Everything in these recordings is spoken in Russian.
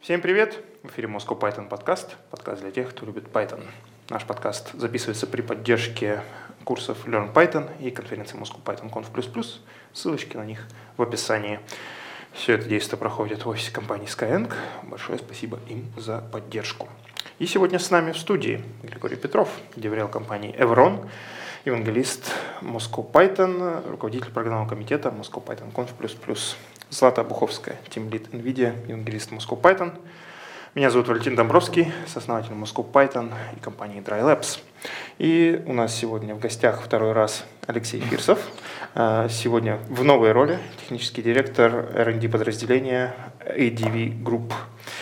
Всем привет! В эфире Moscow Python подкаст. Подкаст для тех, кто любит Python. Наш подкаст записывается при поддержке курсов Learn Python и конференции Moscow Python Conf++. Ссылочки на них в описании. Все это действие проходит в офисе компании Skyeng. Большое спасибо им за поддержку. И сегодня с нами в студии Григорий Петров, деврел компании Evron, евангелист Moscow Python, руководитель программного комитета Moscow Python Conf++. Злата Буховская, тимлид NVIDIA, евангелист Moscow Python. Меня зовут Валентин Домбровский, сооснователь Moscow Python и компании Dry Labs. И у нас сегодня в гостях второй раз Алексей Фирсов. Сегодня в новой роли технический директор R&D подразделения ADV Group.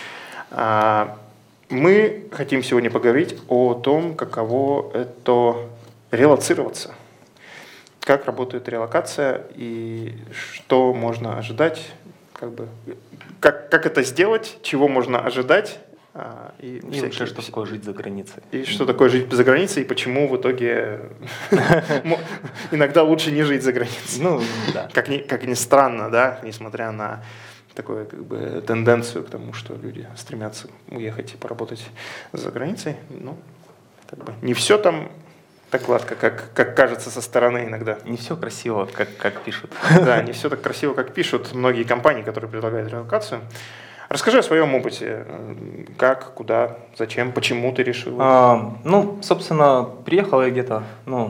Мы хотим сегодня поговорить о том, каково это релоцироваться. Как работает релокация и что можно ожидать, как это сделать, чего можно ожидать. И вообще, что такое жить за границей. И что такое жить за границей, и почему в итоге иногда лучше не жить за границей. Ну, да. Как ни странно, да, несмотря на такую тенденцию к тому, что люди стремятся уехать и поработать за границей, не все там так гладко, как кажется со стороны иногда. Не все красиво, как пишут. Да, не все так красиво, как пишут многие компании, которые предлагают релокацию. Расскажи о своем опыте. Как, куда, зачем, почему ты решил? Собственно, приехал я где-то,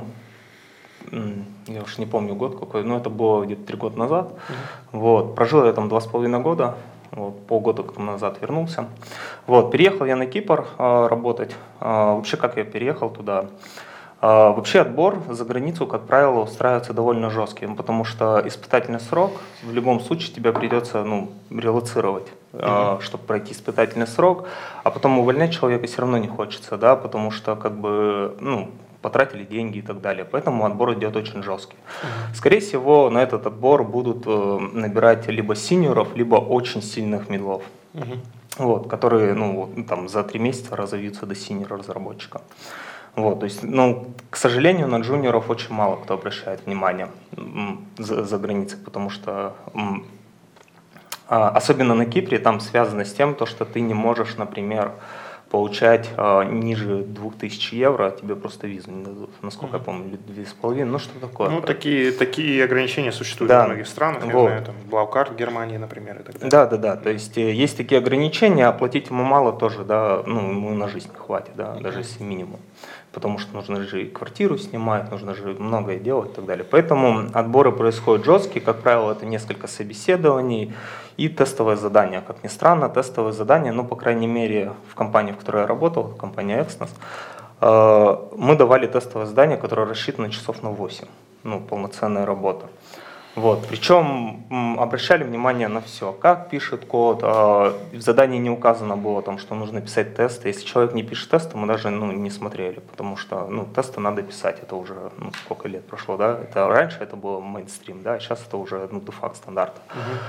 я уж не помню год какой, но это было где-то 3 года назад. Прожил я там 2,5 года. Полгода назад вернулся. Переехал я на Кипр работать. Вообще, как я переехал туда? Вообще отбор за границу, как правило, устраивается довольно жестким, потому что испытательный срок в любом случае тебе придется релоцировать, чтобы пройти испытательный срок, а потом увольнять человека все равно не хочется, да, потому что потратили деньги и так далее. Поэтому отбор идет очень жесткий. Скорее всего, на этот отбор будут набирать либо синьоров, либо очень сильных мидлов, которые за 3 месяца разовьются до синьор-разработчика. То есть, к сожалению, на джуниоров очень мало кто обращает внимание за границей, потому что особенно на Кипре там связано с тем, что ты не можешь, например, получать ниже 2000 евро, тебе просто визу не дадут. Насколько я помню, 2,5, что такое. Такие ограничения существуют в многих странах, я знаю, там, Блаукарт в Германии, например, и так далее. Да, то есть есть такие ограничения, а платить ему мало тоже, да, ему на жизнь не хватит, да, даже если минимум. Потому что нужно же и квартиру снимать, нужно же многое делать и так далее. Поэтому отборы происходят жесткие, как правило, это несколько собеседований и тестовое задание. Как ни странно, тестовое задание, по крайней мере, в компании, в которой я работал, компания Exnos, мы давали тестовое задание, которое рассчитано часов на 8, полноценная работа. Причем обращали внимание на все, как пишет код. В задании не указано было, что нужно писать тесты. Если человек не пишет тесты, мы даже не смотрели, потому что тесты надо писать. Это уже сколько лет прошло, да? Раньше это было мейнстрим, да, сейчас это уже де-факто стандарт.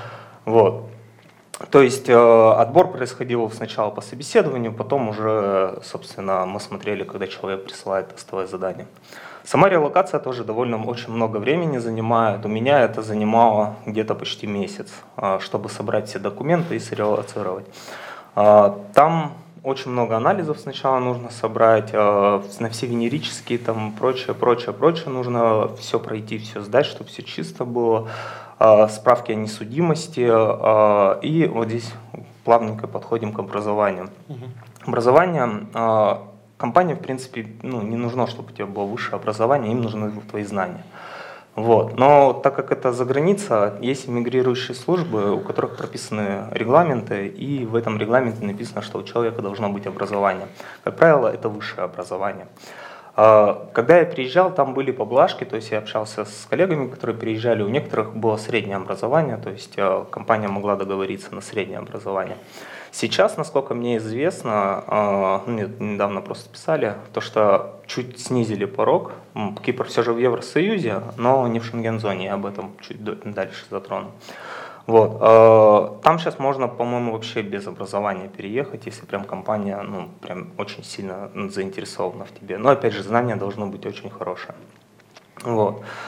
То есть отбор происходил сначала по собеседованию, потом уже, собственно, мы смотрели, когда человек присылает тестовое задание. Сама релокация тоже довольно очень много времени занимает. У меня это занимало где-то почти месяц, чтобы собрать все документы и срелоцировать. Там очень много анализов сначала нужно собрать, на все венерические, прочее нужно все пройти, все сдать, чтобы все чисто было, справки о несудимости. И здесь плавненько подходим к образованию. Образование... Компании, в принципе, не нужно, чтобы у тебя было высшее образование, им нужны твои знания. Но так как это за граница, есть мигрирующие службы, у которых прописаны регламенты, и в этом регламенте написано, что у человека должно быть образование. Как правило, это высшее образование. Когда я приезжал, там были поблажки, то есть я общался с коллегами, которые приезжали, у некоторых было среднее образование, то есть компания могла договориться на среднее образование. Сейчас, насколько мне известно, мне недавно просто писали, что чуть снизили порог. Кипр все же в Евросоюзе, но не в Шенген-зоне, я об этом чуть дальше затрону. Там сейчас можно, по-моему, вообще без образования переехать, если прям компания прям очень сильно заинтересована в тебе. Но опять же, знание должно быть очень хорошее.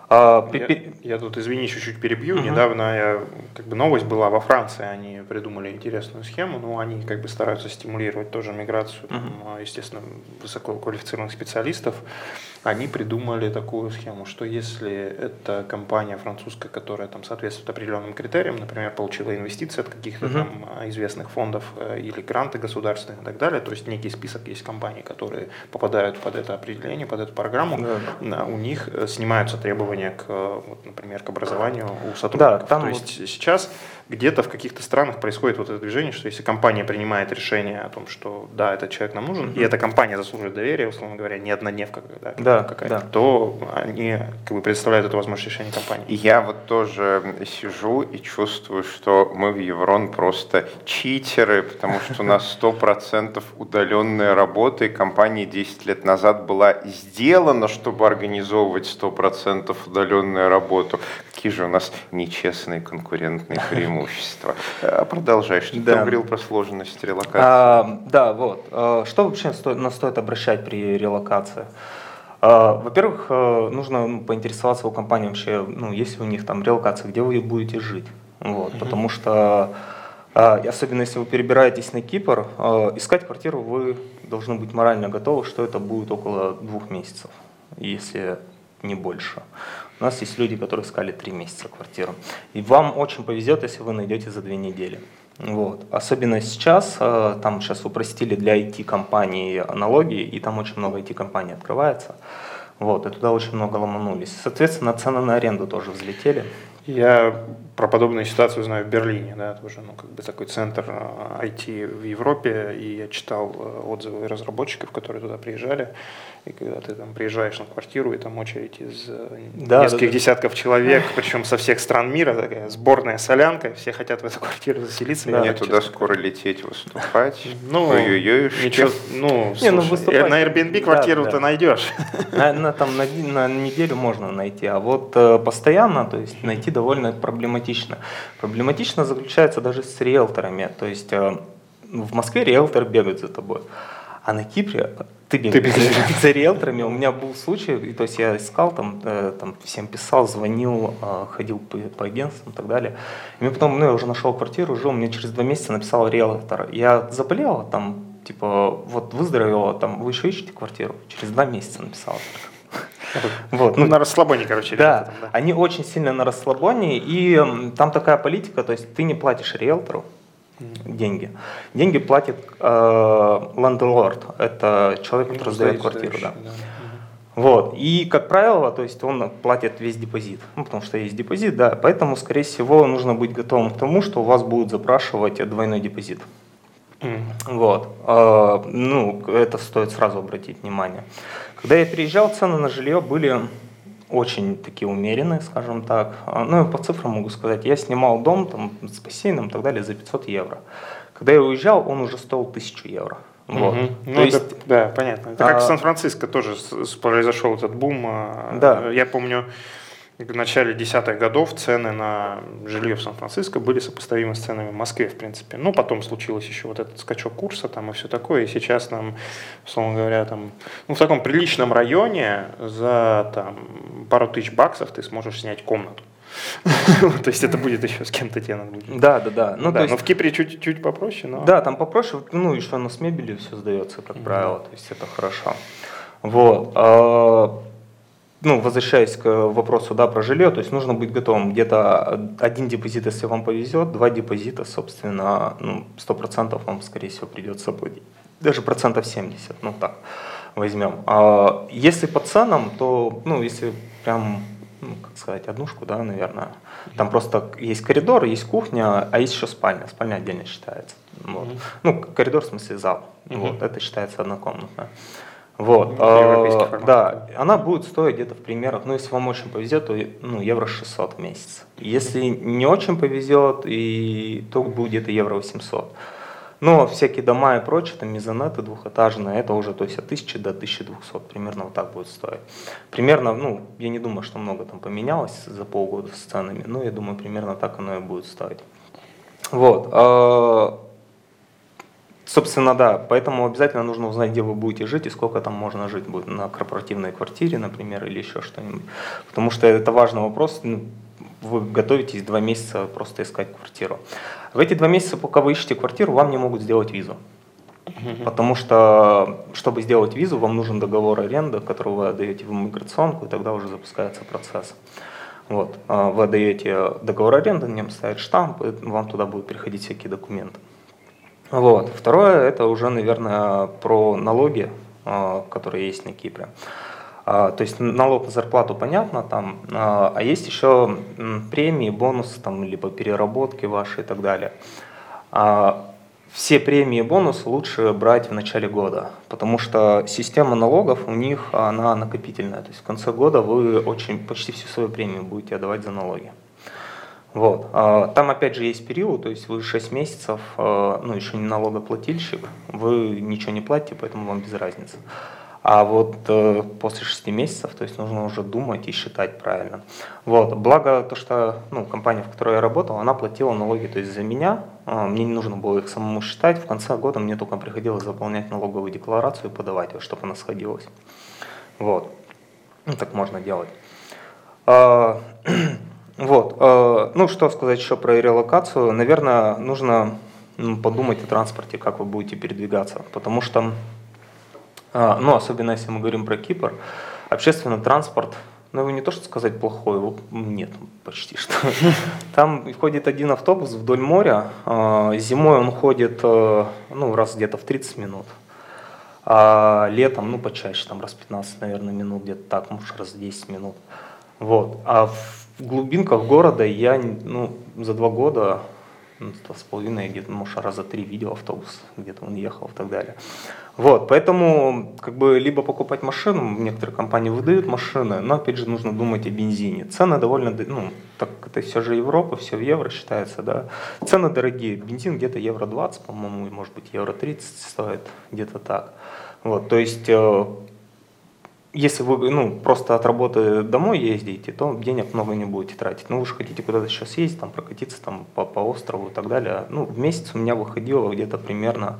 Я тут, извини, чуть-чуть перебью. Недавно новость была во Франции, они придумали интересную схему, но они стараются стимулировать тоже миграцию, естественно, высококвалифицированных специалистов. Они придумали такую схему, что если это компания французская, которая соответствует определенным критериям, например, получила инвестиции от каких-то известных фондов или гранты государственные и так далее, то есть некий список есть компаний, которые попадают под это определение, под эту программу, у них снимаются требования например, к образованию у сотрудников. То есть сейчас где-то в каких-то странах происходит это движение, что если компания принимает решение о том, что да, этот человек нам нужен, и эта компания заслуживает доверия, условно говоря, не однодневка какая-то, то они предоставляют эту возможность решения компании. И я тоже сижу и чувствую, что мы в Еврон просто читеры, потому что у нас 100% удаленная работа, и компания 10 лет назад была сделана, чтобы организовывать 100% удаленную работу. Какие же у нас нечестные конкурентные преимущества. Продолжай, что ты говорил про сложность релокации. Что вообще стоит обращать при релокации? Во-первых, нужно поинтересоваться у компании вообще, есть ли у них там релокация, где вы будете жить. Потому что, особенно если вы перебираетесь на Кипр, искать квартиру вы должны быть морально готовы, что это будет около 2 месяцев, если не больше. У нас есть люди, которые искали 3 месяца квартиру. И вам очень повезет, если вы найдете за 2 недели. Особенно сейчас, там сейчас упростили для IT-компаний налоги, и там очень много IT-компаний открывается. И туда очень много ломанулись. Соответственно, цены на аренду тоже взлетели. Я про подобную ситуацию знаю в Берлине, тоже такой центр IT в Европе, и я читал отзывы разработчиков, которые туда приезжали, и когда ты там приезжаешь на квартиру, и там очередь из нескольких десятков человек, причем со всех стран мира, такая сборная солянка, все хотят в эту квартиру заселиться. Мне туда скоро лететь, выступать. Ой-ой-ой, на Airbnb квартиру-то найдешь. На неделю можно найти, а постоянно, то есть найти довольно проблематично. Проблематично заключается даже с риэлторами. То есть в Москве риэлтор бегает за тобой, а на Кипре ты бегаешь за риэлторами. У меня был случай, то есть я искал, всем писал, звонил, ходил по агентствам и так далее. И мне потом, я уже нашел квартиру, жил, мне через 2 месяца написал риэлтор. Я заболела, выздоровела, вы еще ищете квартиру? Через 2 месяца написал. На расслабоне, Да, они очень сильно на расслабоне, и там такая политика, то есть ты не платишь риэлтору деньги. Деньги платит лендлорд, это человек, который сдает квартиру. И, как правило, то есть он платит весь депозит, потому что есть депозит, поэтому, скорее всего, нужно быть готовым к тому, что у вас будут запрашивать двойной депозит. Это стоит сразу обратить внимание. Когда я переезжал, цены на жилье были очень такие умеренные, скажем так. По цифрам могу сказать, я снимал дом с бассейном и так далее за 500 евро. Когда я уезжал, он уже стоил 1000 евро. Да, понятно. Это как в Сан-Франциско тоже произошел этот бум. Я помню, в начале 10-х годов цены на жилье в Сан-Франциско были сопоставимы с ценами в Москве, в принципе. Потом случилось еще этот скачок курса и все такое. И сейчас нам, условно говоря, в таком приличном районе за пару тысяч баксов ты сможешь снять комнату. То есть это будет еще с кем-то тебе надо будет. Да. Но в Кипре чуть попроще. Да, там попроще, и что оно с мебелью все сдается, как правило, то есть это хорошо. Возвращаясь к вопросу про жилье, то есть нужно быть готовым. Где-то 1 депозит, если вам повезет, 2 депозита, собственно, 100% вам, скорее всего, придется платить. Даже 70%, так возьмем. Если по ценам, то, если прям, однушку, наверное, там просто есть коридор, есть кухня, а есть еще спальня. Спальня отдельно считается. Коридор, в смысле зал. Это считается однокомнатная. Она будет стоить где-то в примерах, если вам очень повезет, то евро 600 в месяц. Если не очень повезет, то будет где-то евро 800. Но всякие дома и прочее, мезонеты двухэтажные, это уже, то есть от 1000 до 1200, примерно так будет стоить. Примерно, я не думаю, что много там поменялось за полгода с ценами, но я думаю, примерно так оно и будет стоить. Собственно, да, поэтому обязательно нужно узнать, где вы будете жить и сколько там можно жить будет на корпоративной квартире, например, или еще что-нибудь. Потому что это важный вопрос. Вы готовитесь 2 месяца просто искать квартиру. В эти 2 месяца, пока вы ищете квартиру, вам не могут сделать визу. Потому что, чтобы сделать визу, вам нужен договор аренды, который вы отдаете в иммиграционку, и тогда уже запускается процесс. Вот. Вы отдаете договор аренды, на нем ставят штамп, и вам туда будут приходить всякие документы. Вот. Второе, это уже, наверное, про налоги, которые есть на Кипре. То есть налог на зарплату понятно, там, а есть еще премии, бонусы, там, либо переработки ваши и так далее. Все премии и бонусы лучше брать в начале года, потому что система налогов у них она накопительная. То есть в конце года вы почти всю свою премию будете отдавать за налоги. Вот. Там опять же есть период, то есть вы 6 месяцев, еще не налогоплательщик, вы ничего не платите, поэтому вам без разницы. А вот после 6 месяцев, то есть нужно уже думать и считать правильно. Вот. Благо то, что компания, в которой я работал, она платила налоги, то есть за меня, мне не нужно было их самому считать, в конце года мне только приходилось заполнять налоговую декларацию и подавать ее, чтобы она сходилась. Вот. Так можно делать. Вот. Что сказать еще про релокацию? Наверное, нужно подумать о транспорте, как вы будете передвигаться, потому что особенно если мы говорим про Кипр, общественный транспорт, его не то что сказать плохой, его нет почти что. Там ходит один автобус вдоль моря, зимой он ходит раз где-то в 30 минут, а летом почаще, там раз 15, наверное, минут, где-то так, может раз 10 минут. Вот. А в глубинках города я за 2 года, 2,5, где-то, может, раза 3 видел автобус, где-то он ехал и так далее. Вот, поэтому либо покупать машину, некоторые компании выдают машины, но опять же нужно думать о бензине. Цены довольно, так это все же Европа, все в евро считается, да. Цены дорогие, бензин где-то евро 20, по-моему, может быть евро 30 стоит, где-то так. Вот, то есть, если вы просто от работы домой ездите, то денег много не будете тратить. Вы же хотите куда-то сейчас съездить, там, прокатиться там, по острову и так далее. В месяц у меня выходило где-то примерно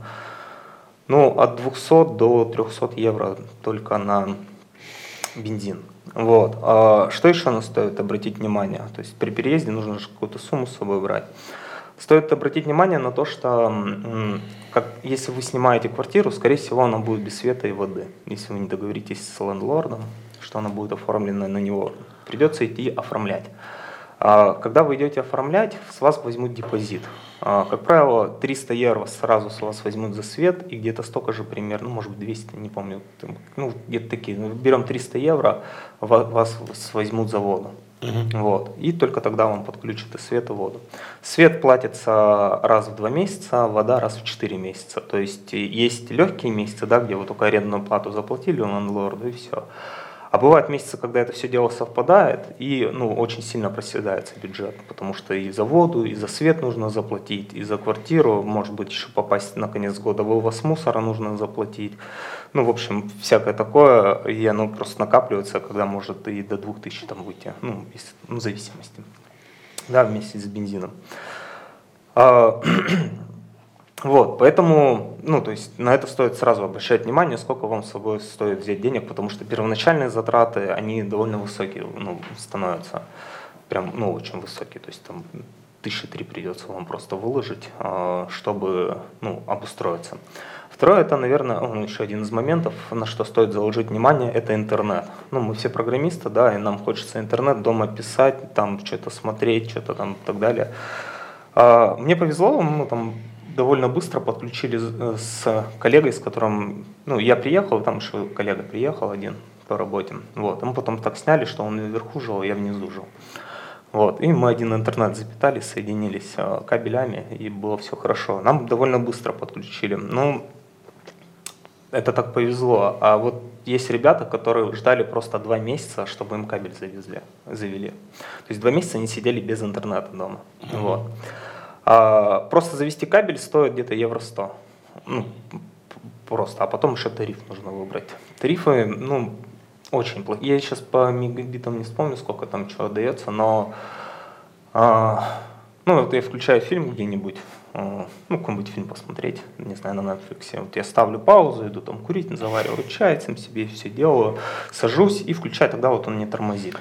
от 200 до 300 евро только на бензин. Вот. Что еще стоит обратить внимание? То есть при переезде нужно же какую-то сумму с собой брать. Стоит обратить внимание на то, что если вы снимаете квартиру, скорее всего, она будет без света и воды. Если вы не договоритесь с лендлордом, что она будет оформлена на него, придется идти оформлять. Когда вы идете оформлять, с вас возьмут депозит. Как правило, 300 евро сразу с вас возьмут за свет, и где-то столько же примерно, может быть 200, не помню, где-то такие. Берем 300 евро, вас возьмут за воду. Вот. И только тогда вам подключат и свет, и воду. Свет платится раз в 2 месяца, вода раз в 4 месяца. То есть есть легкие месяцы, да, где вы только арендную плату заплатили лендлорду и все. А бывают месяцы, когда это все дело совпадает, и очень сильно проседается бюджет, потому что и за воду, и за свет нужно заплатить, и за квартиру, может быть, еще попасть на конец года, вывоз мусора нужно заплатить. В общем, всякое такое, и оно просто накапливается, когда может и до 2000 там выйти, в зависимости, да, вместе с бензином. Вот, поэтому, то есть на это стоит сразу обращать внимание, сколько вам с собой стоит взять денег, потому что первоначальные затраты, они довольно высокие, становятся, прям, очень высокие, то есть там 1003 придется вам просто выложить, чтобы, обустроиться. Второе, это, наверное, еще один из моментов, на что стоит заложить внимание, это интернет. Мы все программисты, да, и нам хочется интернет дома писать, там что-то смотреть, что-то там и так далее. Мне повезло, там довольно быстро подключили с коллегой, с которым, я приехал, там еще коллега приехал один по работе, вот, мы потом так сняли, что он наверху жил, а я внизу жил. Вот, и мы один интернет запитали, соединились кабелями, и было все хорошо. Нам довольно быстро подключили. Это так повезло. А вот есть ребята, которые ждали просто 2 месяца, чтобы им кабель завели. То есть 2 месяца они сидели без интернета дома. Вот. Просто завести кабель стоит где-то евро 100. Просто. А потом еще тариф нужно выбрать. Тарифы, очень плохие. Я сейчас по мегабитам не вспомню, сколько там чего дается, но вот я включаю фильм где-нибудь, ну, какой-нибудь фильм посмотреть, не знаю, на Netflix. Вот я ставлю паузу, иду там курить, завариваю чай, сам себе все делаю, сажусь и включаю, тогда вот он не тормозит.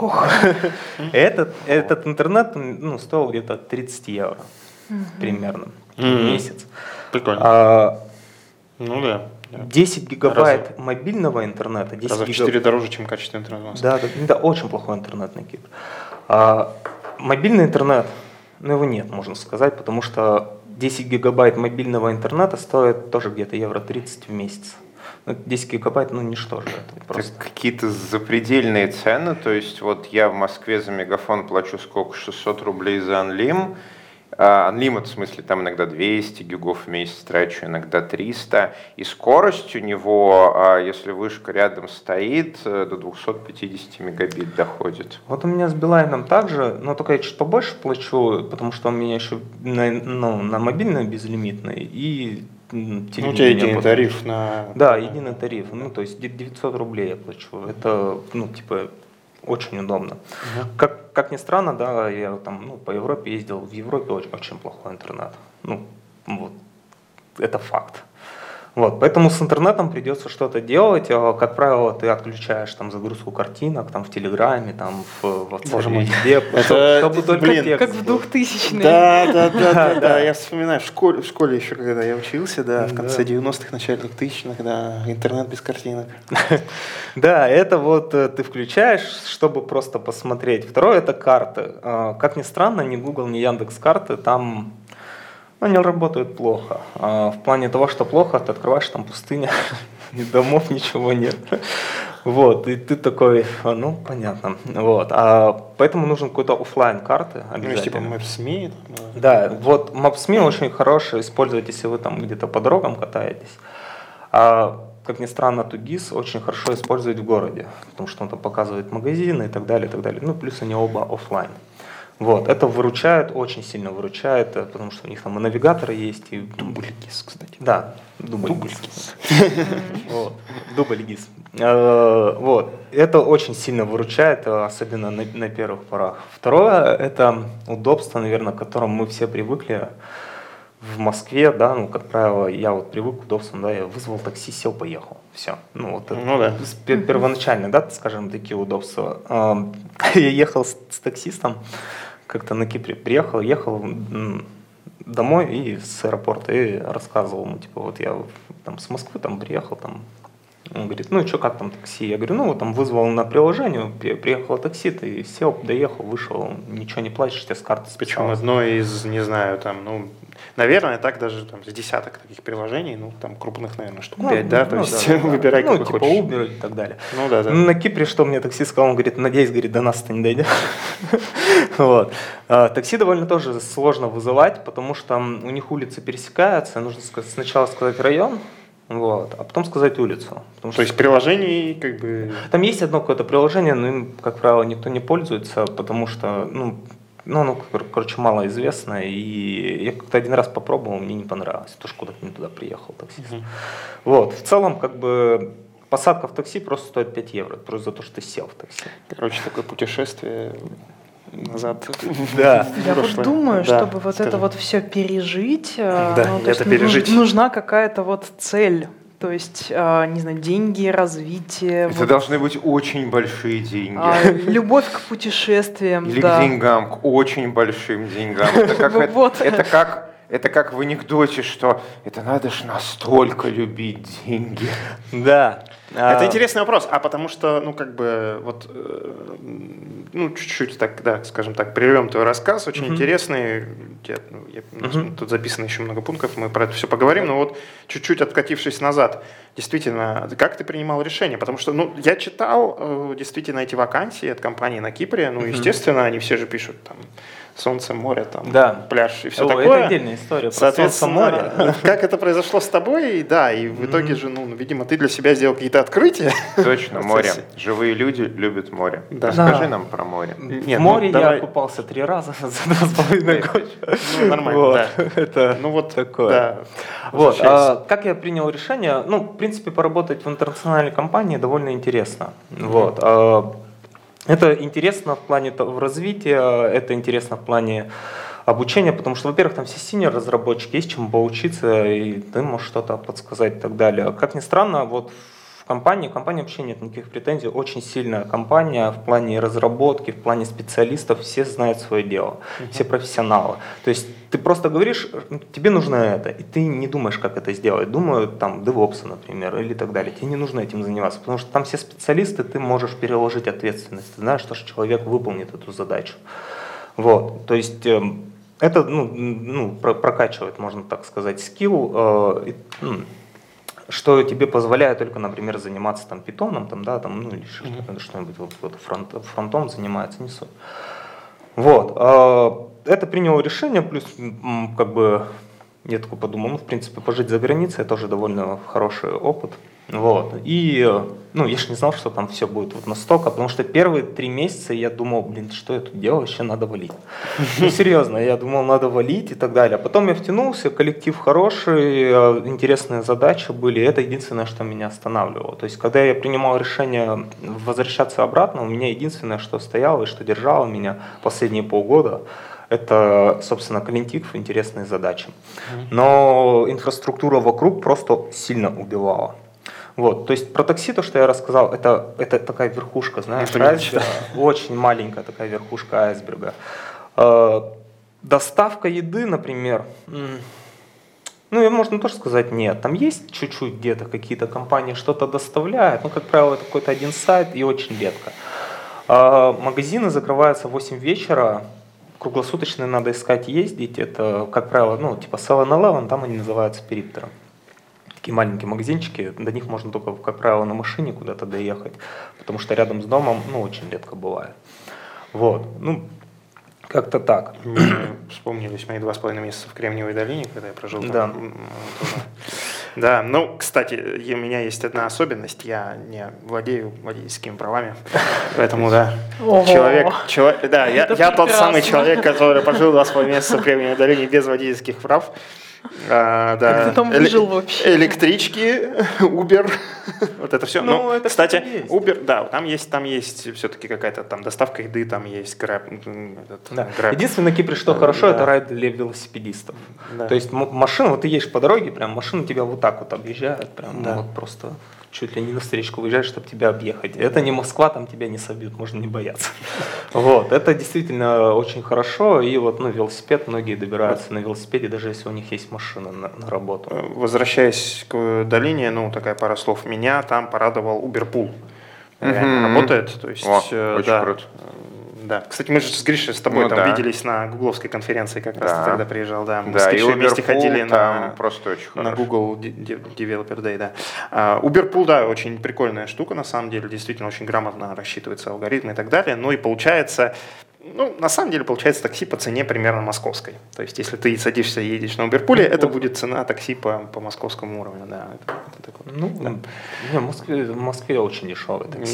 Этот интернет, ну, стоил где-то 30 евро примерно в месяц. Прикольно. Ну да. 10 гигабайт мобильного интернета. Раза в 4 дороже, чем качественный интернет в Москве. Да, очень плохой интернет на Кипре. Мобильный интернет, ну его нет, можно сказать, потому что 10 гигабайт мобильного интернета стоит тоже где-то евро 30 в месяц. 10 гигабайт, ну ничто же это просто. Это какие-то запредельные цены, то есть вот я в Москве за мегафон плачу сколько, 600 рублей за Unlim. Unlimited, в смысле, там иногда 200 гигов в месяц трачу, иногда 300. И скорость у него, если вышка рядом стоит, до 250 мегабит доходит. Вот у меня с Билайном также, но только я чуть побольше плачу, потому что у меня еще на мобильной безлимитной и телевидение. У тебя единый тариф на... Да, единый тариф, ну то есть 900 рублей я плачу. Это, ну типа... Очень удобно. Как ни странно, да, я там по Европе ездил, в Европе очень плохой интернет. Ну, вот, это факт. Вот, поэтому с интернетом придется что-то делать. Как правило, ты отключаешь там загрузку картинок, там в Телеграме, там в WhatsApp, везде, чтобы только текст. Как в 2000-е. Да, я вспоминаю, в школе еще, когда я учился, да, в конце 90-х, начале 2000-х, когда интернет без картинок. Да, это вот ты включаешь, чтобы просто посмотреть. Второе — это карты. Как ни странно, ни Google, ни Яндекс.Карты там... Они работают плохо. В плане того, что плохо, ты открываешь, там пустыня, ни домов, ничего нет. Вот, и ты такой, ну, понятно. Вот, поэтому нужен какой-то офлайн карты обязательно. Ну, типа Maps.me. Да, вот Maps.me очень хорошо использовать, если вы там где-то по дорогам катаетесь. Как ни странно, Тугис очень хорошо использовать в городе, потому что он там показывает магазины и так далее, и так далее. Ну, плюс они оба офлайн. Вот, это выручает, очень сильно выручает, потому что у них там и навигаторы есть. И... Дубль-гис, кстати. Да, дубль-гис. Дубль-гис. Вот, это очень сильно выручает, особенно на первых порах. Второе, это удобство, наверное, к которому мы все привыкли в Москве, да, ну, как правило, я вот привык к удобствам, да, я вызвал такси, сел, поехал, все. Ну, вот это первоначально, да, скажем, такие удобства. Я ехал с таксистом, как-то на Кипре приехал, ехал домой и с аэропорта и рассказывал ему, типа, вот я там с Москвы там приехал, там, он говорит, ну и что, как там такси? Я говорю, ну вот там вызвал на приложение, приехало такси, ты сел, доехал, вышел, ничего не платишь, тебе с карты списалось. Причем одно из, не знаю, там, ну, наверное, так даже там с десяток таких приложений, ну, там крупных, наверное, штук 5, да, то есть выбирай, какой типа хочешь. Uber и так далее. Ну, да. На Кипре, что мне такси сказал, он говорит, надеюсь, говорит, до нас это не дойдет. Вот. Такси довольно тоже сложно вызывать, потому что у них улицы пересекаются, нужно сначала сказать район, вот, а потом сказать улицу. То есть приложений как бы... Там есть одно какое-то приложение, но им, как правило, никто не пользуется, потому что, короче, малоизвестно, и я как-то один раз попробовал, мне не понравилось, тоже куда-то не туда приехал таксист. Вот, в целом, как бы, посадка в такси просто стоит 5 евро, просто за то, что ты сел в такси. Короче, такое путешествие назад. Да. Я вот думаю, чтобы вот это вот все пережить, нужна какая-то вот цель. То есть, не знаю, деньги, развитие. Это должны быть очень большие деньги. Любовь к путешествиям. Или к деньгам, к очень большим деньгам. Это как в анекдоте, что это надо ж настолько любить деньги. Да. Это интересный вопрос, потому что, чуть-чуть так, да, скажем так, прервем твой рассказ, очень интересный, тут записано еще много пунктов, мы про это все поговорим, но вот чуть-чуть откатившись назад, действительно, как ты принимал решение? Потому что, я читал действительно эти вакансии от компании на Кипре, естественно, они все же пишут там солнце, море, там, пляж и все такое. Это отдельная история про солнце, море. Как это произошло с тобой, да, и в итоге же, видимо, ты для себя сделал какие-то открытия. Точно, море. Живые люди любят море. Расскажи нам про море. В море я купался 3 раза за 2,5 года. Нормально, да. Это такое. Вот, как я принял решение? В принципе, поработать в интернациональной компании довольно интересно. Вот. Это интересно в плане развития, это интересно в плане обучение, потому что, во-первых, там все синьор-разработчики, есть чему поучиться, и ты можешь что-то подсказать и так далее. Как ни странно, вот в компании вообще нет никаких претензий, очень сильная компания в плане разработки, в плане специалистов, все знают свое дело, все профессионалы. То есть ты просто говоришь, тебе нужно это, и ты не думаешь, как это сделать. Думают там DevOps, например, или так далее. Тебе не нужно этим заниматься, потому что там все специалисты, ты можешь переложить ответственность, ты знаешь, что человек выполнит эту задачу. Вот, то есть это прокачивает, можно так сказать, скилл, что тебе позволяет только, например, заниматься там питоном, там, да, там, или что-нибудь вот, фронтом занимается, не суть. Вот, это принял решение, плюс как бы я такой подумал, в принципе, пожить за границей тоже довольно хороший опыт. Вот. И я же не знал, что там все будет вот настолько, потому что первые 3 месяца я думал, что я тут делаю, вообще надо валить. Серьезно, я думал, надо валить и так далее. А потом я втянулся, коллектив хороший, интересные задачи были, это единственное, что меня останавливало. То есть, когда я принимал решение возвращаться обратно, у меня единственное, что стояло и что держало меня последние полгода, это, собственно, коллектив, интересные задачи. Но инфраструктура вокруг просто сильно убивала. Вот, то есть про такси, то, что я рассказал, это такая верхушка, знаешь, айсберга, очень маленькая такая верхушка айсберга. Доставка еды, например, можно тоже сказать нет. Там есть чуть-чуть где-то какие-то компании что-то доставляют, но, как правило, это какой-то один сайт и очень редко. Магазины закрываются в 8 вечера, круглосуточно надо искать, ездить, это, как правило, типа 7-Eleven, там они называются периптером. Такие маленькие магазинчики, до них можно только, как правило, на машине куда-то доехать, потому что рядом с домом, очень редко бывает. Вот, как-то так. Мне вспомнились мои 2,5 месяца в Кремниевой долине, когда я прожил там. Да, кстати, у меня есть одна особенность, я не владею водительскими правами, поэтому, да, я тот самый человек, который прожил 2,5 месяца в Кремниевой долине без водительских прав. Как ты там выжил вообще? Электрички, Uber, вот это все. Это, кстати, Uber, да, там есть все-таки какая-то там доставка еды, там есть Grab. Единственное на Кипре, что хорошо, это райд для велосипедистов. Да. То есть машина, вот ты едешь по дороге, прям машина тебя вот так вот объезжает, прям вот просто чуть ли не на встречку выезжаешь, чтобы тебя объехать. Это не Москва, там тебя не собьют, можно не бояться. Вот, это действительно очень хорошо, и вот, велосипед, многие добираются на велосипеде, даже если у них есть машина на работу. Возвращаясь к долине, такая пара слов. Меня там порадовал Uberpool. Работает, то есть, очень круто. Да. Кстати, мы же с Гришей с тобой виделись на гугловской конференции, как раз ты тогда приезжал. Да. Мы с Гришей вместе ходили на Google Developer Day. Да. Uberpool, да, очень прикольная штука, на самом деле, действительно очень грамотно рассчитываются алгоритмы и так далее. И получается, на самом деле получается такси по цене примерно московской. То есть, если ты садишься и едешь на Uberpool, это будет цена такси по московскому уровню. Да, это такое. В Москве очень дешевый такси.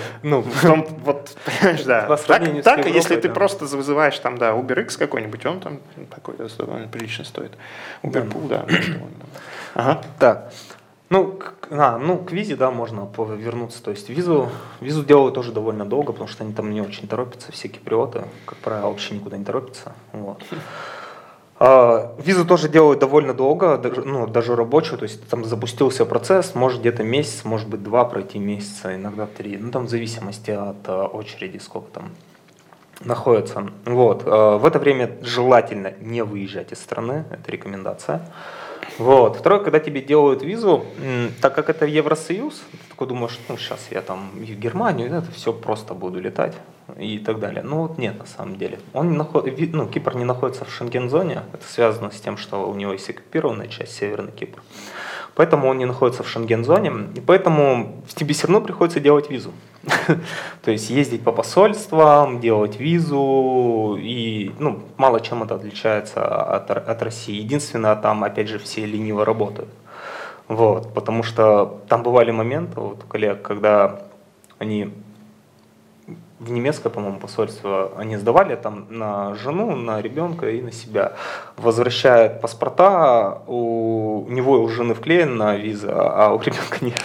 Понимаешь, да. Так, если ты просто вызываешь там, UberX какой-нибудь, он там такой довольно прилично стоит. Uberpool, да. Ага. Так. К визе, можно вернуться. То есть визу делают тоже довольно долго, потому что они там не очень торопятся, все киприоты, как правило, вообще никуда не торопятся. Вот. Визу тоже делают довольно долго, даже рабочую, то есть там запустился процесс, может где-то месяц, может быть 2 пройти месяца, иногда 3, там в зависимости от очереди, сколько там находится. Вот. В это время желательно не выезжать из страны, это рекомендация. Вот. Второе, когда тебе делают визу, так как это Евросоюз, ты такой думаешь, сейчас я там в Германию, это все просто буду летать и так далее. Нет, на самом деле. Кипр не находится в Шенген-зоне, это связано с тем, что у него есть оккупированная часть, Северный Кипр. Поэтому он не находится в Шенген-зоне, и поэтому тебе все равно приходится делать визу. То есть ездить по посольствам, делать визу, и мало чем это отличается от России. Единственное, там опять же все лениво работают. Вот, потому что там бывали моменты у коллег, когда они в немецкое, по-моему, посольство, они сдавали там на жену, на ребенка и на себя. Возвращают паспорта, у него у жены вклеена виза, а у ребенка нет.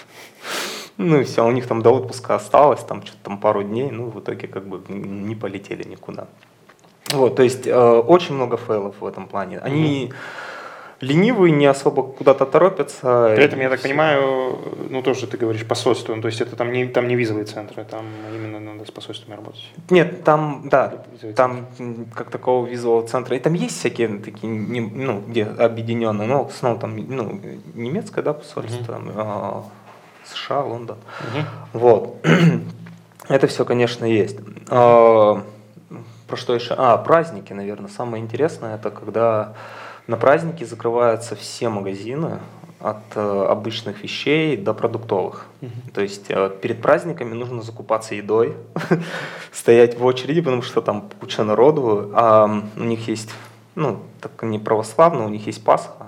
И все, у них там до отпуска осталось, там что-то там пару дней, в итоге как бы не полетели никуда. Вот, то есть очень много фейлов в этом плане. Они ленивые, не особо куда-то торопятся. При этом, я так понимаю, ну тоже ты говоришь посольство, то есть это там не визовые центры, там именно надо с посольствами работать. Нет, там, да, там как такого визового центра. И там есть всякие такие, ну, где объединенные, но в основном там, ну, немецкое, да, посольство, там, США, Лондон. Вот. Это все, конечно, есть. Про что еще? Праздники, наверное. Самое интересное, это когда на праздники закрываются все магазины от обычных вещей до продуктовых. То есть перед праздниками нужно закупаться едой, стоять в очереди, потому что там куча народу. У них есть, ну, так не православно, у них есть Пасха.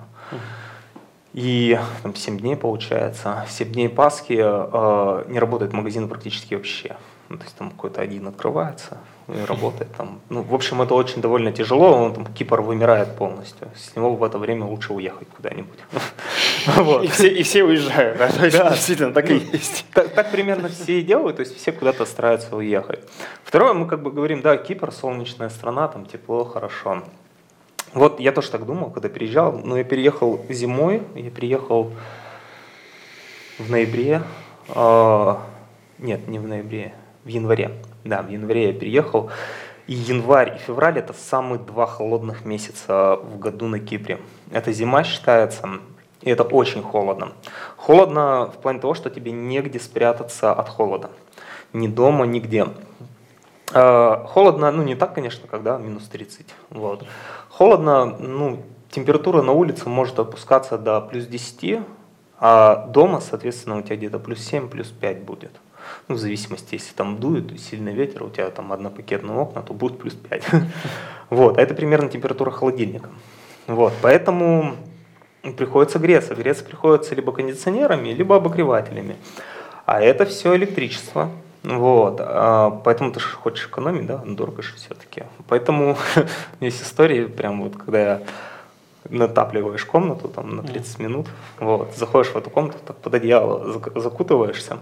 И там 7 дней получается. 7 дней Пасхи не работает магазин практически вообще. Ну, то есть там какой-то один открывается и работает там. Ну, в общем, это очень довольно тяжело, он там Кипр вымирает полностью. С него в это время лучше уехать куда-нибудь. И все уезжают, да? Действительно, так и есть. Так примерно все и делают, то есть все куда-то стараются уехать. Второе, мы как бы говорим, да, Кипр, солнечная страна, там тепло, хорошо. Вот я тоже так думал, когда переезжал, но я переехал зимой, я переехал в ноябре, нет, не в ноябре, в январе. Да, в январе я переехал. И январь и февраль – это самые 2 холодных месяца в году на Кипре. Это зима считается, и это очень холодно. Холодно в плане того, что тебе негде спрятаться от холода. Ни дома, нигде. Холодно, ну не так, конечно, когда минус 30. Вот. Холодно, ну, температура на улице может опускаться до плюс 10, а дома, соответственно, у тебя где-то плюс 7, плюс 5 будет. Ну, в зависимости, если там дует сильный ветер, у тебя там однопакетные окна, то будет плюс 5. Вот, а это примерно температура холодильника. Вот, поэтому приходится греться. Греться приходится либо кондиционерами, либо обогревателями. А это все электричество. Вот, поэтому ты же хочешь экономить, да, дорого же все-таки. Поэтому есть истории, прям вот, когда я натапливаешь комнату там на 30 минут, вот, заходишь в эту комнату, так под одеяло закутываешься,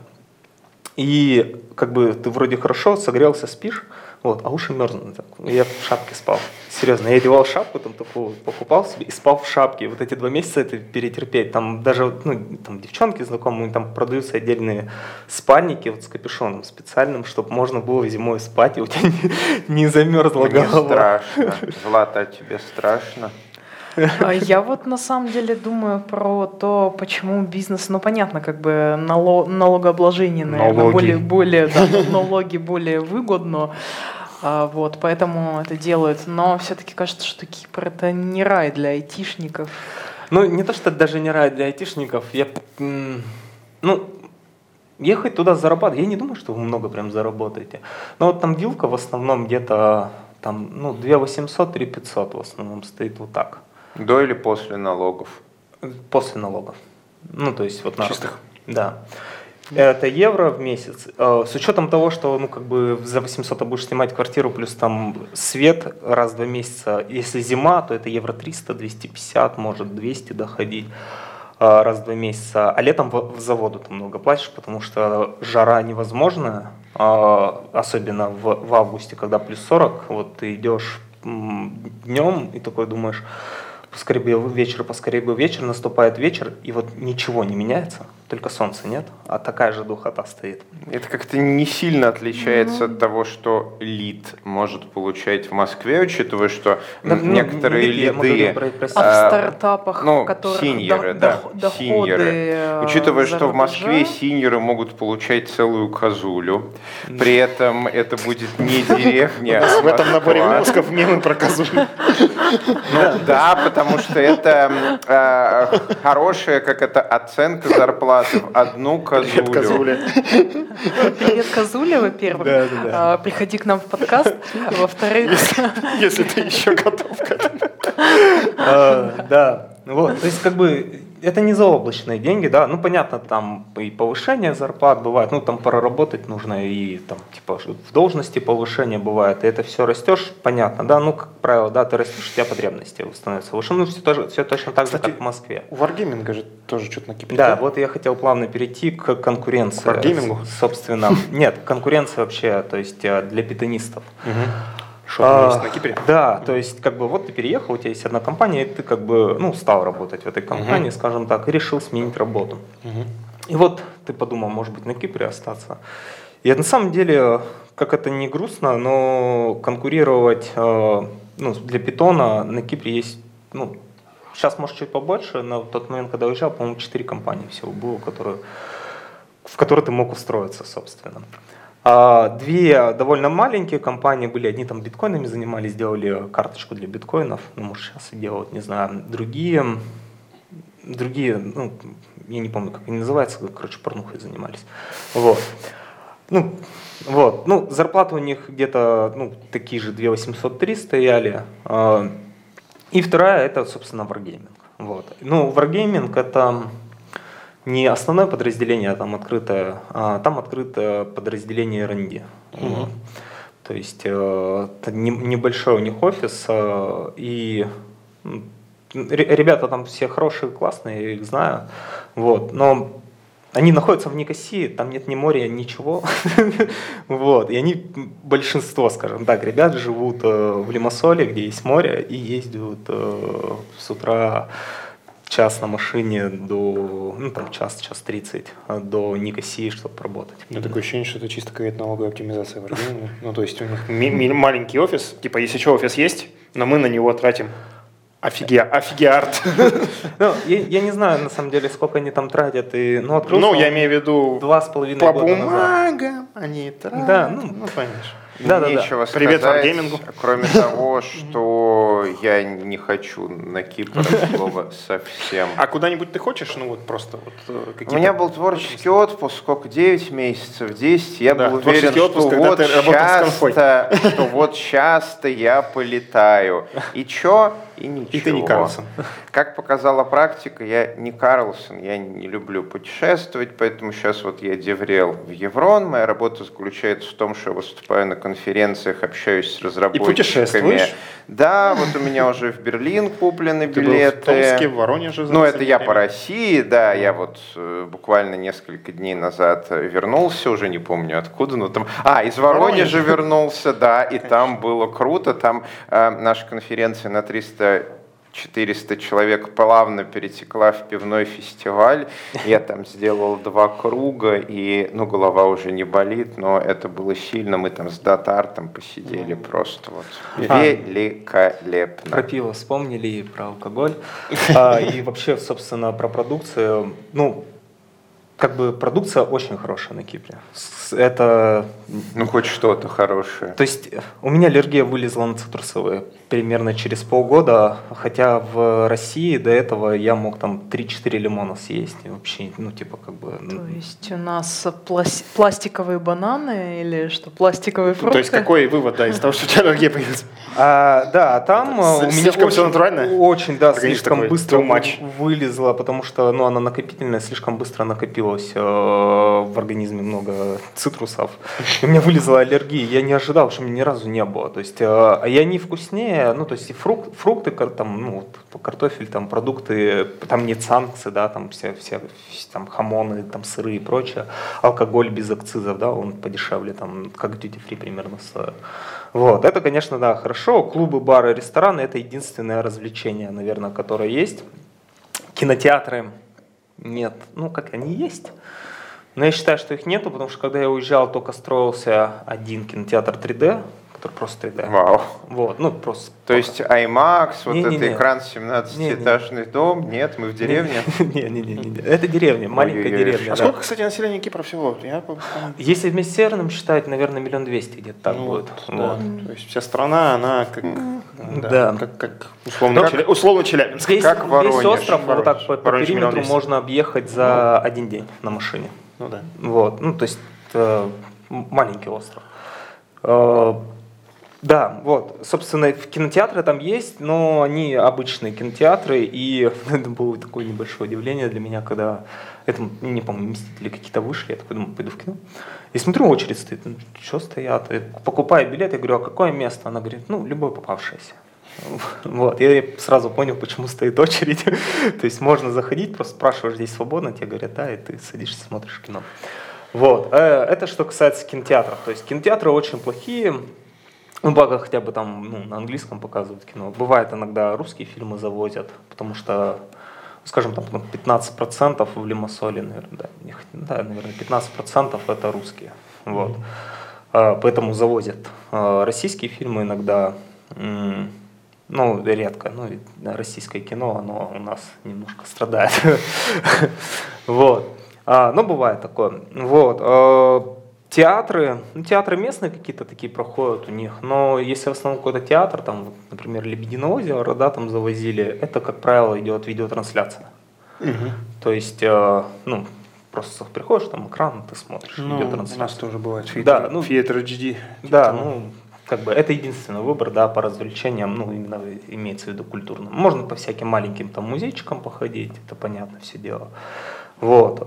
и как бы ты вроде хорошо согрелся, спишь, вот, а уши мерзнут. Я в шапке спал. Серьезно, я одевал шапку, там такую покупал себе и спал в шапке. Вот эти 2 месяца это перетерпеть. Там даже, ну, там девчонки знакомые, там продаются отдельные спальники вот с капюшоном специальным, чтобы можно было зимой спать, и у тебя не замерзла голова. Мне страшно. Влад, а тебе страшно? Я вот на самом деле думаю про то, почему бизнес, ну понятно, как бы налогообложение, наверное, более налоги более выгодно, вот, поэтому это делают, но все-таки кажется, что Кипр это не рай для айтишников. Ну не то, что даже не рай для айтишников, ну ехать туда зарабатывать, я не думаю, что вы много прям заработаете, но вот там вилка в основном где-то там, ну 2 800, 3 500 в основном стоит вот так. До или после налогов? После налогов. Ну, то есть вот на чистых. Да. Это евро в месяц. С учетом того, что ну, как бы за 800 ты будешь снимать квартиру, плюс там свет раз в 2 месяца. Если зима, то это евро 300, 250, может 200 доходить раз в 2 месяца. А летом за воду ты много платишь, потому что жара невозможная, особенно в августе, когда плюс 40. Вот ты идешь днем и такой думаешь, поскорее бы вечер, наступает вечер, и вот ничего не меняется, только солнца нет, а такая же духота стоит. Это как-то не сильно отличается от того, что лид может получать в Москве, учитывая, что некоторые лиды... в стартапах, ну, в которых синьоры, доходы. Учитывая, что в Москве синьоры могут получать целую козулю, при этом это будет не деревня, а в этом наборе выпусков мемы про козулю. Да, потому что это хорошая, как это, оценка зарплаты в одну козулю. Привет, козуля, во-первых. Да. Приходи к нам в подкаст. Во-вторых... Если ты еще готов к этому. Да, вот, то есть как бы это не заоблачные деньги, да, ну понятно, там и повышение зарплат бывает, ну там проработать нужно и там типа в должности повышение бывает, и это все растешь, понятно, да, ну как правило, да, ты растешь, у тебя потребности становятся выше, ну все точно так же, как в Москве. У Wargaming же тоже что-то накипит. Да, вот я хотел плавно перейти к конкуренции. К Wargaming? Собственно, нет, конкуренция вообще, то есть для питонистов. Что там есть на Кипре? Да, то есть как бы вот ты переехал, у тебя есть одна компания, и ты как бы стал работать в этой компании, скажем так, и решил сменить работу. И вот ты подумал, может быть, на Кипре остаться. И на самом деле, как это не грустно, но конкурировать для Python на Кипре есть, сейчас может чуть побольше, но в тот момент, когда уезжал, по-моему, 4 компании всего было, в которые ты мог устроиться, собственно. 2 довольно маленькие компании были, одни там биткоинами занимались, делали карточку для биткоинов, может сейчас и делают, не знаю, другие, я не помню, как они называются, порнухой занимались. Зарплаты у них где-то, такие же 2803 стояли. И вторая, это, собственно, Wargaming. Wargaming это не основное подразделение, там открытое подразделение R&D. То есть это небольшой у них офис, и ребята там все хорошие, классные, я их знаю. Но они находятся в Никосии, там нет ни моря, ничего. И они, большинство, скажем так, ребят живут в Лимассоле, где есть море, и ездят с утра час на машине до, час 30 до Никосии, чтобы работать. Такое ощущение, что это чисто какая-то налоговая оптимизация в Аргентине. То есть у них маленький офис, типа, если что, офис есть, но мы на него тратим офигиард. Я не знаю, на самом деле, сколько они там тратят. Я имею в виду 2,5 по года назад. бумагам они тратят. Да, понимаешь. Нечего сказать, Привет Wargaming. кроме того, что я не хочу на Кипр слова совсем. А куда-нибудь ты хочешь? Просто какие-то... У меня был творческий отпуск, сколько, 9 месяцев, 10. Я был уверен, что часто я полетаю. И чё? И ничего. И ты не Карлсон. Как показала практика, я не Карлсон, я не люблю путешествовать, поэтому сейчас я деврел в Еврон. Моя работа заключается в том, что я выступаю на конференциях, общаюсь с разработчиками. И путешествуешь? Да, у меня уже в Берлин куплены билеты. Ты был в Томске, в Воронеже? Это я по России, да, я буквально несколько дней назад вернулся, уже не помню откуда, но там... из Воронежа вернулся, да, и там было круто, там наша конференция на 300-400 человек плавно перетекла в пивной фестиваль. Я там сделал 2 круга, и голова уже не болит, но это было сильно. Мы там с Датартом посидели просто великолепно. Про пиво вспомнили и про алкоголь. И вообще, собственно, про продукцию. Продукция очень хорошая на Кипре. Это... хоть что-то хорошее. То есть у меня аллергия вылезла на цитрусовые примерно через полгода, хотя в России до этого я мог там 3-4 лимона съесть. И вообще, То есть у нас пластиковые бананы или что, пластиковые фрукты? То есть какой вывод, из того, что у тебя аллергия появилась? Там у меня слишком все натурально? Очень, слишком быстро вылезла, потому что она накопительная, слишком быстро накопилась в организме много цитрусов. У меня вылезла аллергия, я не ожидал, что у меня ни разу не было. То есть, и они вкуснее, то есть и фрукты, картофель, продукты, там нет санкций, там все там хамоны, сыры и прочее. Алкоголь без акцизов, он подешевле, как duty free примерно стоит. Это, конечно, хорошо. Клубы, бары, рестораны – это единственное развлечение, наверное, которое есть. Кинотеатры нет. Они есть. Но я считаю, что их нету, потому что когда я уезжал, только строился один кинотеатр 3D, который просто 3D. Вау. Просто. То есть IMAX, это экран 17-этажный дом? Нет, мы в деревне? Не. Это деревня, маленькая деревня. А сколько, кстати, населения Кипра всего? Если вместе с северным считать, наверное, 1 200 000 где-то так будет. То есть вся страна, она как условно Челябинск. Весь Воронеж. остров по периметру можно объехать за 1 день на машине. То есть маленький остров. Собственно, кинотеатры там есть, но они обычные кинотеатры, и это было такое небольшое удивление для меня, когда, не помню, «Мстители» какие-то вышли, я такой думаю, пойду в кино. И смотрю, очередь стоит, что стоят, я покупаю билет, я говорю, а какое место? Она говорит, любое попавшееся. Я сразу понял, почему стоит очередь. То есть можно заходить, просто спрашиваешь, здесь свободно, тебе говорят, да, и ты садишься, смотришь кино. Это что касается кинотеатров. То есть кинотеатры очень плохие. Ну, благо хотя бы там на английском показывают кино. Бывает иногда русские фильмы завозят, потому что, скажем, там 15% в Лимассоле, наверное, наверное, 15% это русские. Вот. Поэтому завозят российские фильмы иногда, редко. Российское кино, оно у нас немножко страдает. Вот. Но бывает такое. Вот. Театры местные какие-то такие проходят у них, но если в основном какой-то театр, там, например, Лебединое озеро, да, там завозили, это, как правило, идет видеотрансляция. То есть, просто приходишь, там экран, ты смотришь видеотрансляцию. У нас тоже бывает Theater HD. Да, это единственный выбор, да, по развлечениям, именно имеется в виду культурным. Можно по всяким маленьким там музейчикам походить, это понятно все дело. Вот.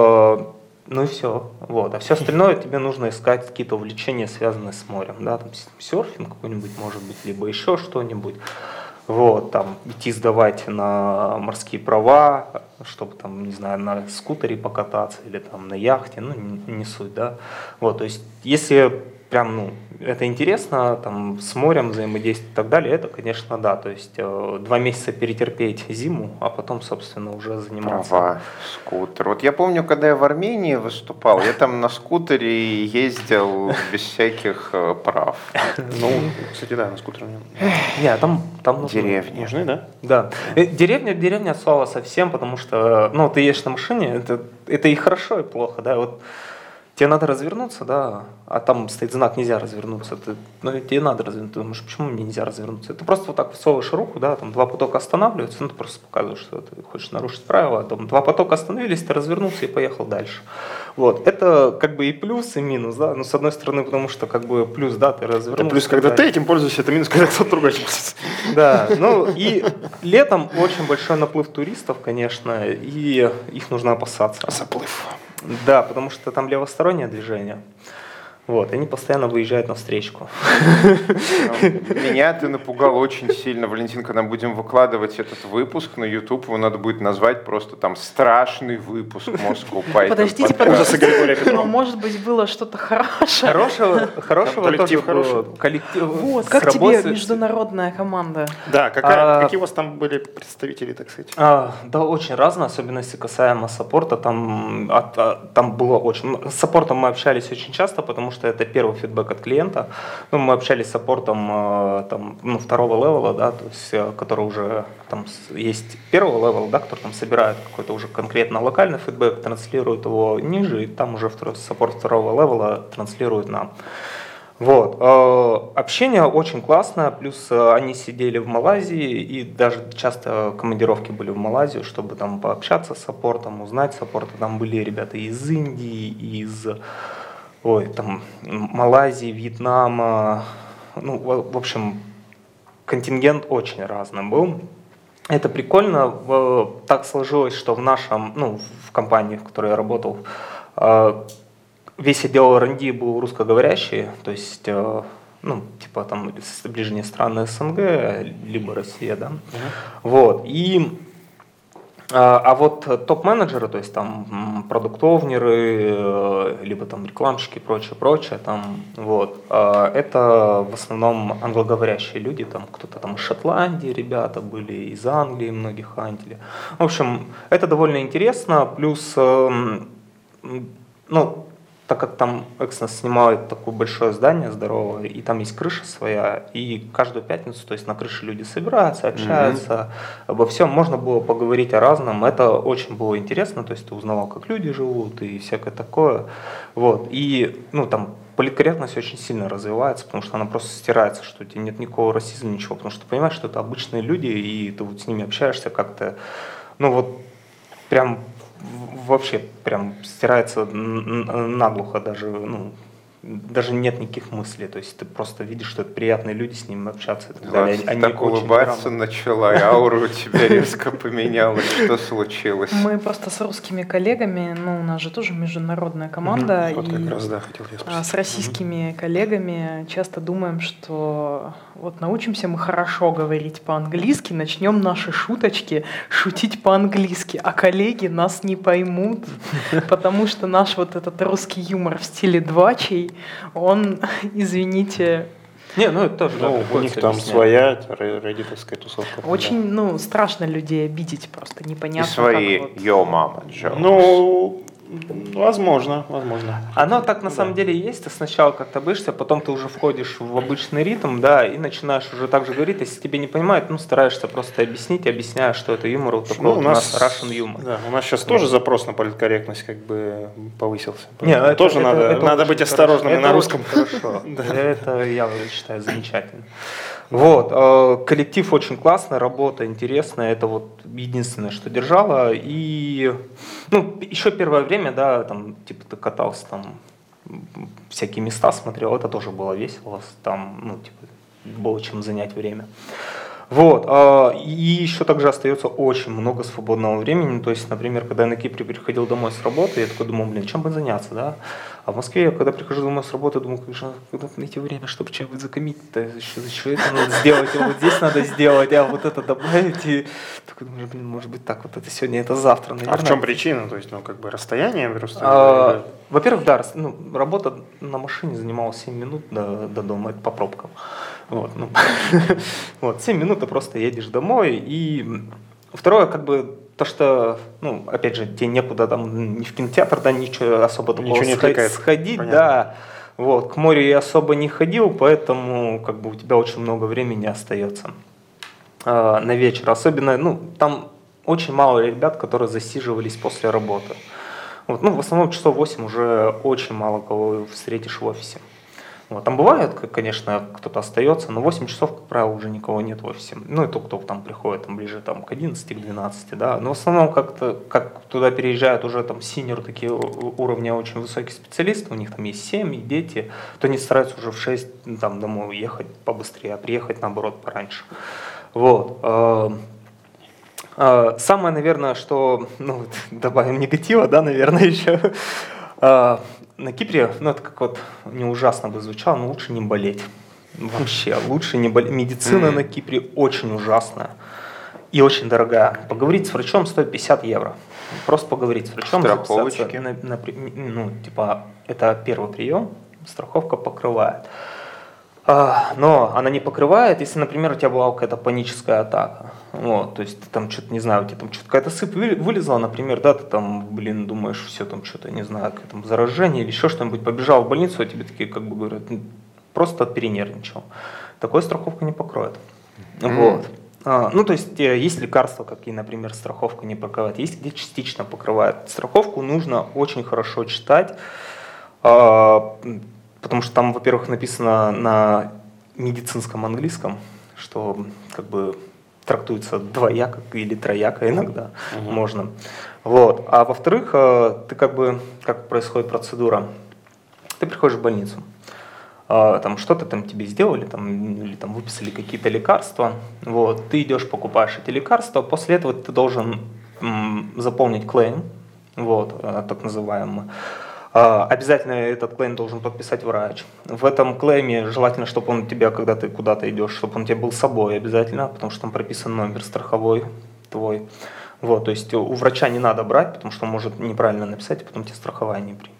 И все. Вот. А все остальное тебе нужно искать какие-то увлечения, связанные с морем. Да? Там серфинг какой-нибудь, может быть, либо еще что-нибудь. Вот, там, идти сдавать на морские права, чтобы там, не знаю, на скутере покататься или там на яхте, не суть, да. Вот, то есть, если прям, это интересно, там, с морем взаимодействовать и так далее, это, конечно, да, то есть 2 месяца перетерпеть зиму, а потом, собственно, уже заниматься. Права, скутер. Вот я помню, когда я в Армении выступал, я там на скутере ездил без всяких прав. Кстати, да, на скутере. Нет, там деревни. Нужны, да? Да. Деревня от слова совсем, потому что, ты едешь на машине, это и хорошо, и плохо, да, вот. Тебе надо развернуться, да, а там стоит знак «нельзя развернуться». Тебе надо развернуться. Ты думаешь, почему мне нельзя развернуться? Ты просто вот так высовываешь руку, да, там 2 потока останавливаются, ты просто показываешь, что ты хочешь нарушить правила. Там 2 потока остановились, ты развернулся и поехал дальше. Вот. Это как бы и плюс, и минус, да. С одной стороны, потому что как бы плюс, да, ты развернулся. Это плюс, когда ты этим пользуешься, это минус, когда кто-то другой этим пользуется. Да, и летом очень большой наплыв туристов, конечно, и их нужно опасаться. Заплыв. Да, потому что там левостороннее движение. Вот, они постоянно выезжают на встречку. Меня ты напугал очень сильно, Валентин, когда мы будем выкладывать этот выпуск на YouTube, его надо будет назвать просто там «Страшный выпуск Moscow Python». Подождите, но может быть было что-то хорошее. Хорошего тоже было. Коллектив. Вот, как тебе международная команда? Да, какие у вас там были представители, так сказать? Да, очень разно, особенно если касаемо саппорта, там было очень... С саппортом мы общались очень часто, потому что это первый фидбэк от клиента. Мы общались с саппортом второго левела, да, то есть, который уже там есть первого левела, да, который там собирает какой-то уже конкретно локальный фидбэк, транслирует его ниже, и там уже саппорт второго левела транслирует нам. Вот. Общение очень классное, плюс они сидели в Малайзии, и даже часто командировки были в Малайзию, чтобы там пообщаться с саппортом, узнать саппорта. Там были ребята из Индии, из Малайзии, Вьетнама, в общем, контингент очень разный был. Это прикольно. Так сложилось, что в нашем, в компании, в которой я работал, весь отдел R&D был русскоговорящий, то есть, там ближние страны СНГ, либо Россия, да. Вот. А вот топ-менеджеры, то есть там продукт-овнеры, либо там рекламщики и прочее, это в основном англоговорящие люди, там кто-то там из Шотландии ребята были, из Англии многих антили. В общем, это довольно интересно, плюс, так как там Exynos снимает такое большое здание здоровое, и там есть крыша своя, и каждую пятницу, то есть на крыше люди собираются, общаются, обо всем можно было поговорить о разном, это очень было интересно, то есть ты узнавал, как люди живут и всякое такое, вот, и, там политкорректность очень сильно развивается, потому что она просто стирается, что у тебя нет никакого расизма, ничего, потому что ты понимаешь, что это обычные люди, и ты вот с ними общаешься как-то, прям вообще прям стирается наглухо, даже нет никаких мыслей, то есть ты просто видишь, что это приятные люди, с ними общаться и так далее. Они так улыбаться начала, и аура у тебя резко поменялась, что случилось? Мы просто с русскими коллегами, у нас же тоже международная команда, и как раз, да, хотел я спросить. С российскими коллегами часто думаем, что вот научимся мы хорошо говорить по-английски, начнем наши шуточки шутить по-английски, а коллеги нас не поймут, потому что наш вот этот русский юмор в стиле двачей, он, извините, Не, ну это тоже, да, Ну, у приходится них там объяснять. своя реддитовская тусовка. Очень, страшно людей обидеть просто, И непонятно свои как вот. «Йо, мама, Джо». Ну, возможно. Оно так на самом деле есть, ты сначала как-то боишься, потом ты уже входишь в обычный ритм, да, и начинаешь уже так же говорить, если тебе не понимают, стараешься просто объясняешь, что это юмор, вот такой Ну, вот у нас Russian юмор. Да, у нас сейчас тоже запрос на политкорректность как бы повысился. Не, Поэтому тоже надо очень быть осторожным и хорошо. на русском. Это очень хорошо. Это я считаю замечательно. Вот, коллектив очень классный, работа интересная, это вот единственное, что держало. И, еще первое время, да, там, типа ты катался там, всякие места смотрел, это тоже было весело, там, было чем занять время. Вот, и еще также остается очень много свободного времени, то есть, например, когда я на Кипре приходил домой с работы, я такой думал, чем бы заняться, да, а в Москве, когда прихожу домой с работы, думаю, когда найти время, чтобы что-нибудь закоммитить-то, еще это надо сделать, а вот здесь надо сделать, а вот это добавить, и такой думаю, может быть так, вот это сегодня, это завтра, наверное. А в чем причина? То есть, как бы расстояние просто? Во-первых, да, работа на машине занимала 7 минут до дома, это по пробкам. Вот, 7 минут ты просто едешь домой. И второе, как бы, то, что, опять же, тебе некуда там, ни в кинотеатр, да, ничего особо такого сходить, понятно. Да. Вот, к морю я особо не ходил, поэтому, как бы, у тебя очень много времени остается на вечер. Особенно, там очень мало ребят, которые засиживались после работы. Вот, в основном часов 8 уже очень мало кого встретишь в офисе. Вот, там бывает, конечно, кто-то остается, но 8 часов, как правило, уже никого нет в офисе. И то, кто там приходит там, ближе там, к 11, к 12, да. Но в основном как туда переезжают уже там синьор, такие уровня очень высокие специалисты, у них там есть семьи, дети, то они стараются уже в 6 там, домой уехать побыстрее, а приехать, наоборот, пораньше. Вот. Самое, наверное, что, добавим негатива, да, наверное, еще, на Кипре, это как вот не ужасно бы звучало, но лучше не болеть. Вообще, лучше не болеть. Медицина на Кипре очень ужасная и очень дорогая. Поговорить с врачом стоит 50 евро. Просто поговорить с врачом. Страховочки. Это первый прием, страховка покрывает. Но она не покрывает, если, например, у тебя была какая-то паническая атака. Вот, то есть ты там что-то, не знаю, у тебя там что-то какая-то сыпь вылезла, например, да, ты там, думаешь, все там что-то, не знаю, какое-то заражение или еще что-нибудь, побежал в больницу, а тебе такие, как бы говорят, просто перенервничал. Такое страховка не покроет. Вот. То есть есть лекарства, какие, например, страховка не покрывает, есть где частично покрывает. Страховку нужно очень хорошо читать, потому что там, во-первых, написано на медицинском английском, что как бы трактуется двояко или трояко иногда можно. Вот. А во-вторых, ты как происходит процедура? Ты приходишь в больницу, там что-то там тебе сделали, или там выписали какие-то лекарства, вот, ты идешь, покупаешь эти лекарства, после этого ты должен заполнить клейм, вот, так называемый. Обязательно этот клейм должен подписать врач. В этом клейме желательно, чтобы он тебя, когда ты куда-то идешь, чтобы он у тебя был с собой обязательно, потому что там прописан номер страховой твой. Вот, то есть у врача не надо брать, потому что он может неправильно написать, и потом тебе страховая не примет.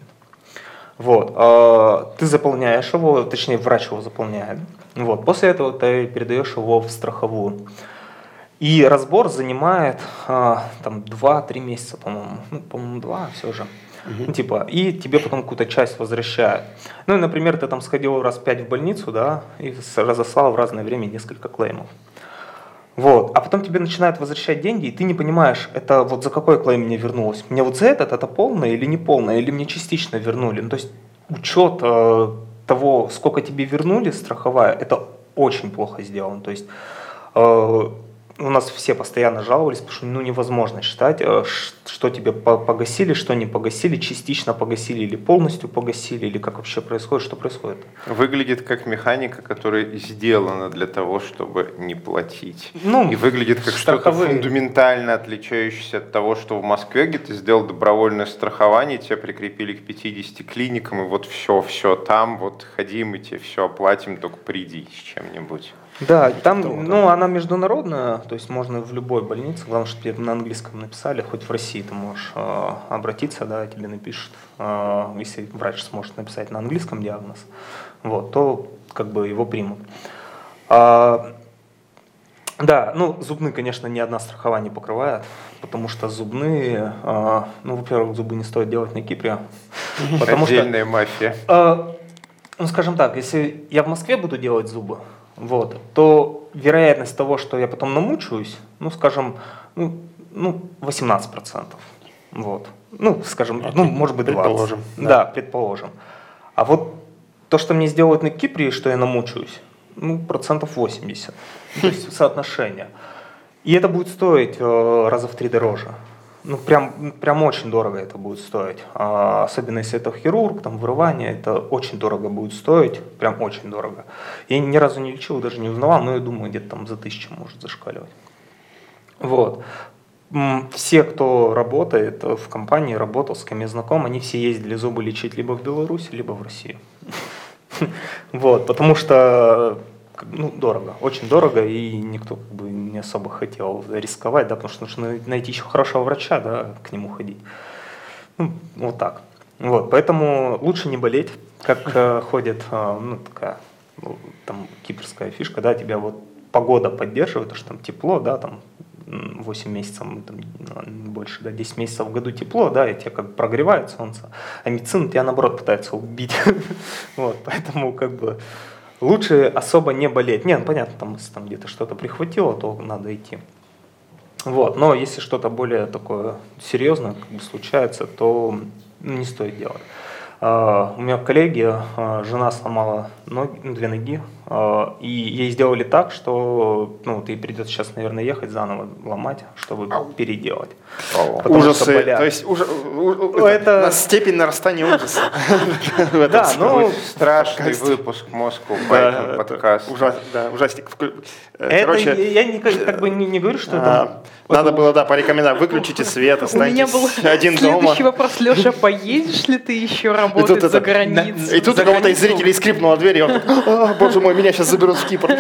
Вот, ты заполняешь его, точнее врач его заполняет. Вот, после этого ты передаешь его в страховую. И разбор занимает там 2-3 месяца, по-моему. По-моему, 2 все же. И тебе потом какую-то часть возвращают. И, например, ты там сходил раз 5 в больницу, да, и разослал в разное время несколько клеймов. Вот. А потом тебе начинают возвращать деньги, и ты не понимаешь, это вот за какой клейм мне вернулось. Мне вот за это полное или не полное, или мне частично вернули. То есть учет того, сколько тебе вернули, страховая, это очень плохо сделано. То есть у нас все постоянно жаловались, потому что невозможно считать, что тебе погасили, что не погасили, частично погасили или полностью погасили, или как вообще происходит, что происходит. Выглядит как механика, которая сделана для того, чтобы не платить. И выглядит как что-то фундаментально отличающееся от того, что в Москве, где ты сделал добровольное страхование, тебя прикрепили к 50 клиникам, и вот все там, вот ходи, мы тебе все оплатим, только приди с чем-нибудь. Да, там, ну, она международная, то есть можно в любой больнице, главное, чтобы тебе на английском написали, хоть в России ты можешь обратиться, да, тебе напишут, если врач сможет написать на английском диагноз, вот, то как бы его примут. Да, ну, зубные, конечно, ни одна страховая не покрывает, потому что зубные, ну, во-первых, зубы не стоит делать на Кипре. Отдельная мафия. Ну, скажем так, если я в Москве буду делать зубы, вот, то вероятность того, что я потом намучаюсь, ну, скажем, 18%. Вот. Ну, скажем, ну, может быть, 20%. Предположим. Да, предположим. А вот то, что мне сделают на Кипре, что я намучаюсь, ну, 80%. То есть соотношение. И это будет стоить раза в 3 дороже. Ну, прям очень дорого это будет стоить. Особенно если это хирург, там, вырывание, это очень дорого будет стоить. Прям очень дорого. Я ни разу не лечил, даже не узнавал, но я думаю, где-то там за 1000 может зашкаливать. Вот. Все, кто работает в компании, работал, с кем я знаком, они все ездили зубы лечить либо в Беларусь, либо в Россию. Вот, потому что дорого, очень дорого, и никто как бы не особо хотел рисковать, да, потому что нужно найти еще хорошего врача, да, к нему ходить. Ну, вот так. Вот, поэтому лучше не болеть, как ходит, такая, там, кипрская фишка, да, тебя вот погода поддерживает, потому что там тепло, да, там 8 месяцев, там, больше, да, 10 месяцев в году тепло, да, и тебя как бы прогревает солнце, а медицина тебя, наоборот, пытается убить. Вот, поэтому как бы лучше особо не болеть. Не, ну понятно, там, если там где-то что-то прихватило, то надо идти. Вот, но если что-то более такое серьезное как бы случается, то не стоит делать. У меня коллеги, жена сломала 2 ноги, и ей сделали так, что ей придется сейчас, наверное, ехать заново ломать, чтобы переделать. Ужасы, то есть это степень нарастания ужаса. Да, ну страшный выпуск Moscow Python подкаст. Да, ужастик. Короче, я как бы не говорю, что это... Надо было, да, порекомендовать, выключите свет, останьтесь один дома. Следующий вопрос, Леша, поедешь ли ты еще работать за границей? И тут у кого-то из зрителей скрипнула дверь, и он, боже мой, меня сейчас заберут в Кипр.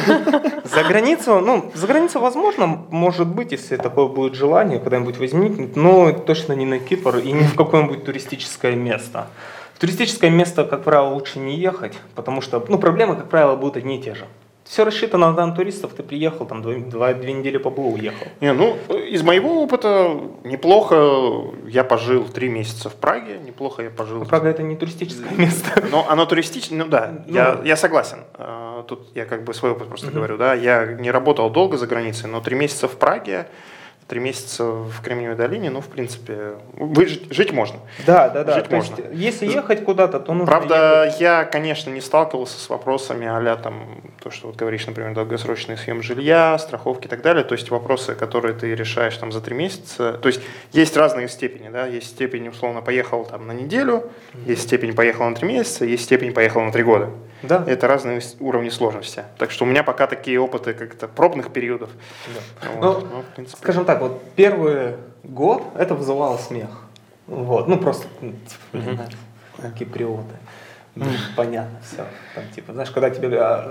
За границу, возможно, может быть, если такое будет желание, когда-нибудь возникнет, но точно не на Кипр и не в какое-нибудь туристическое место. В туристическое место, как правило, лучше не ехать, потому что, проблемы, как правило, будут одни и те же. Все рассчитано на туристов, ты приехал, там 2 недели побыл, уехал. Из моего опыта неплохо я пожил 3 месяца в Праге, неплохо я пожил. Но Прага это не туристическое место. Но оно туристическое, я согласен. Тут я как бы свой опыт просто говорю, да, я не работал долго за границей, но 3 месяца в Праге, 3 месяца в Кремниевой долине, в принципе, жить можно. Да. Жить можно. Если ехать куда-то, то нужно Правда, ехать. я, конечно, не сталкивался с вопросами а-ля там, то, что вот говоришь, например, долгосрочный съем жилья, страховки и так далее, то есть вопросы, которые ты решаешь там за 3 месяца, то есть есть разные степени, да, есть степень, условно, поехал там на неделю, есть степень поехал на 3 месяца, есть степень поехал на 3 года. Да. Это разные уровни сложности. Так что у меня пока такие опыты как-то пробных периодов. Да. В принципе. Скажем так, вот первый год это вызывало смех. Вот, просто киприоты. Понятно, все. Там, знаешь, когда тебе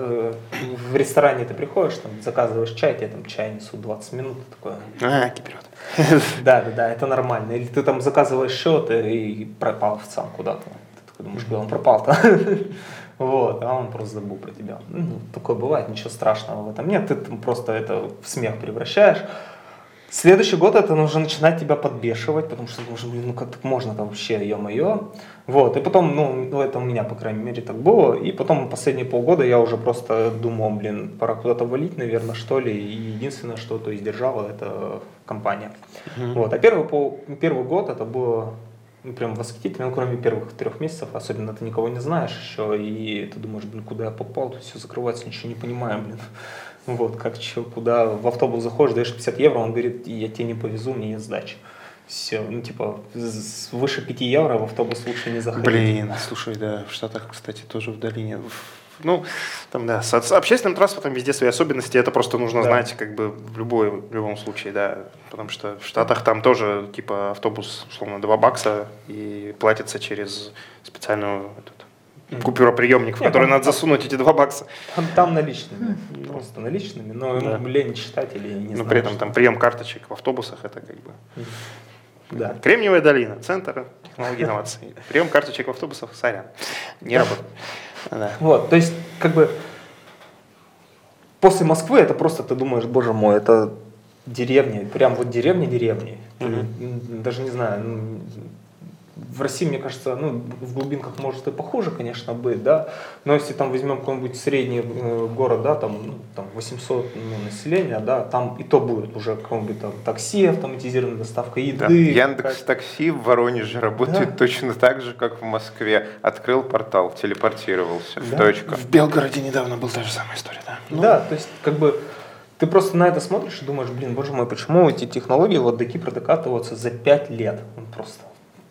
в ресторане ты приходишь, там, заказываешь чай, тебе там чай несут 20 минут, такое. Киприот. Да, это нормально. Или ты там заказываешь счет и пропал официант куда-то. Ты такой думаешь, где он пропал-то? Вот, а он просто забыл про тебя. Такое бывает, ничего страшного в этом нет, ты просто это в смех превращаешь. Следующий год это нужно начинать тебя подбешивать, потому что, как так можно-то вообще, ё-моё. Вот, и потом, это у меня, по крайней мере, так было. И потом последние полгода я уже просто думал, пора куда-то валить, наверное, что ли. И единственное, что то есть держало, это компания. Вот, а первый год это было... прям восхитительно, кроме первых 3 месяцев, особенно ты никого не знаешь еще, и ты думаешь, куда я попал, тут все закрывается, ничего не понимаю, Вот, куда в автобус заходишь, даешь 50 евро, он говорит, я тебе не повезу, мне нет сдачи. Все, выше 5 евро в автобус лучше не заходить. Слушай, да, в Штатах, кстати, тоже в долине... там, да, с общественным транспортом везде свои особенности, это просто нужно знать, как бы, в любом случае, да, потому что в Штатах там тоже, автобус, условно, $2, и платится через специальную купюроприемник, в который надо засунуть эти $2. Там наличными, просто наличными, но ему лень читать или не знаю. Но при этом там прием карточек в автобусах, это как бы... Да. Кремниевая долина, центр технологий инноваций. Прием карточек в автобусах, сорян, не работает. Да. Вот, то есть, как бы, после Москвы это просто, ты думаешь, боже мой, это деревня, прям вот деревня. Даже не знаю, в России, мне кажется, в глубинках может и похуже, конечно, быть, да, но если там возьмем какой-нибудь средний город, да, там 800 населения, да, там и то будет уже какое-нибудь там такси, автоматизированная доставка еды. Да. Яндекс.Такси в Воронеже работает точно так же, как в Москве. Открыл портал, телепортировался в точку. В Белгороде недавно была та же самая история, да. Да, то есть, как бы, ты просто на это смотришь и думаешь, блин, боже мой, почему эти технологии вот до Кипра докатываются за 5 лет? Просто.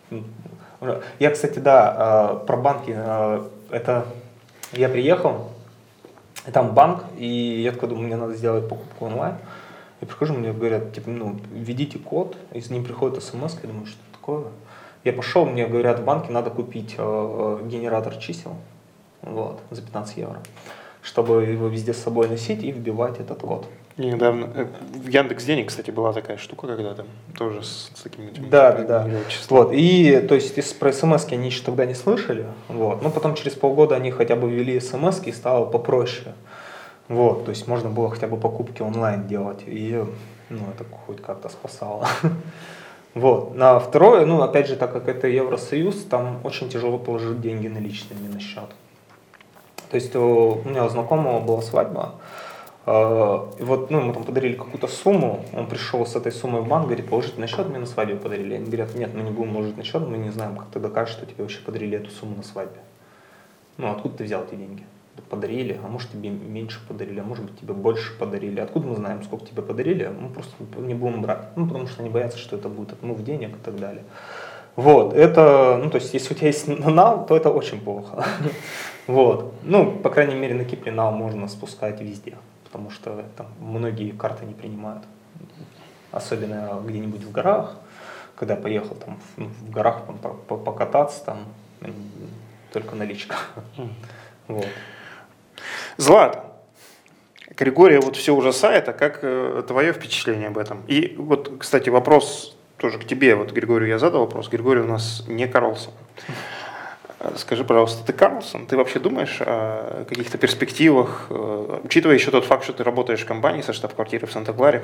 Я, кстати, да, про банки, это я приехал, и там банк, и я такой думаю, мне надо сделать покупку онлайн. Я прихожу, мне говорят, типа, введите код, и с ним приходит смс, я думаю, что такое? Я пошел, мне говорят, в банке надо купить генератор чисел, вот, за 15 евро, чтобы его везде с собой носить и вбивать этот код. Недавно в Яндекс.Денег, кстати, была такая штука когда-то, тоже с такими... Да. Вот, и, то есть, про смс-ки они еще тогда не слышали, вот, но потом через полгода они хотя бы ввели смс-ки и стало попроще, вот, то есть, можно было хотя бы покупки онлайн делать, и, это хоть как-то спасало. Вот, на второе, опять же, так как это Евросоюз, там очень тяжело положить деньги наличными на счет. То есть, у меня у знакомого была свадьба, и вот, ему там подарили какую-то сумму, он пришел с этой суммой в банк, говорит, положите на счет, мне на свадьбе подарили. Они говорят, нет, мы не будем ложить на счет, мы не знаем, как ты докажешь, что тебе вообще подарили эту сумму на свадьбе. Откуда ты взял эти деньги? Подарили, а может тебе меньше подарили, а может быть тебе больше подарили. Откуда мы знаем, сколько тебе подарили? Мы просто не будем брать, потому что они боятся, что это будет отмыв денег и так далее. Вот, это, то есть, если у тебя есть нал, то это очень плохо. Вот, по крайней мере, на Кипре нал можно спускать везде. Потому что там многие карты не принимают. Особенно где-нибудь в горах, когда я поехал там в горах там, покататься, там только наличка. Вот. Злата, Григория вот все ужасает, а как твое впечатление об этом? И вот, кстати, вопрос тоже к тебе. Вот Григорию я задал вопрос. Григорий у нас не Карлсон. Скажи, пожалуйста, ты Карлсон? Ты вообще думаешь о каких-то перспективах, учитывая еще тот факт, что ты работаешь в компании со штаб-квартирой в Санта-Кларе?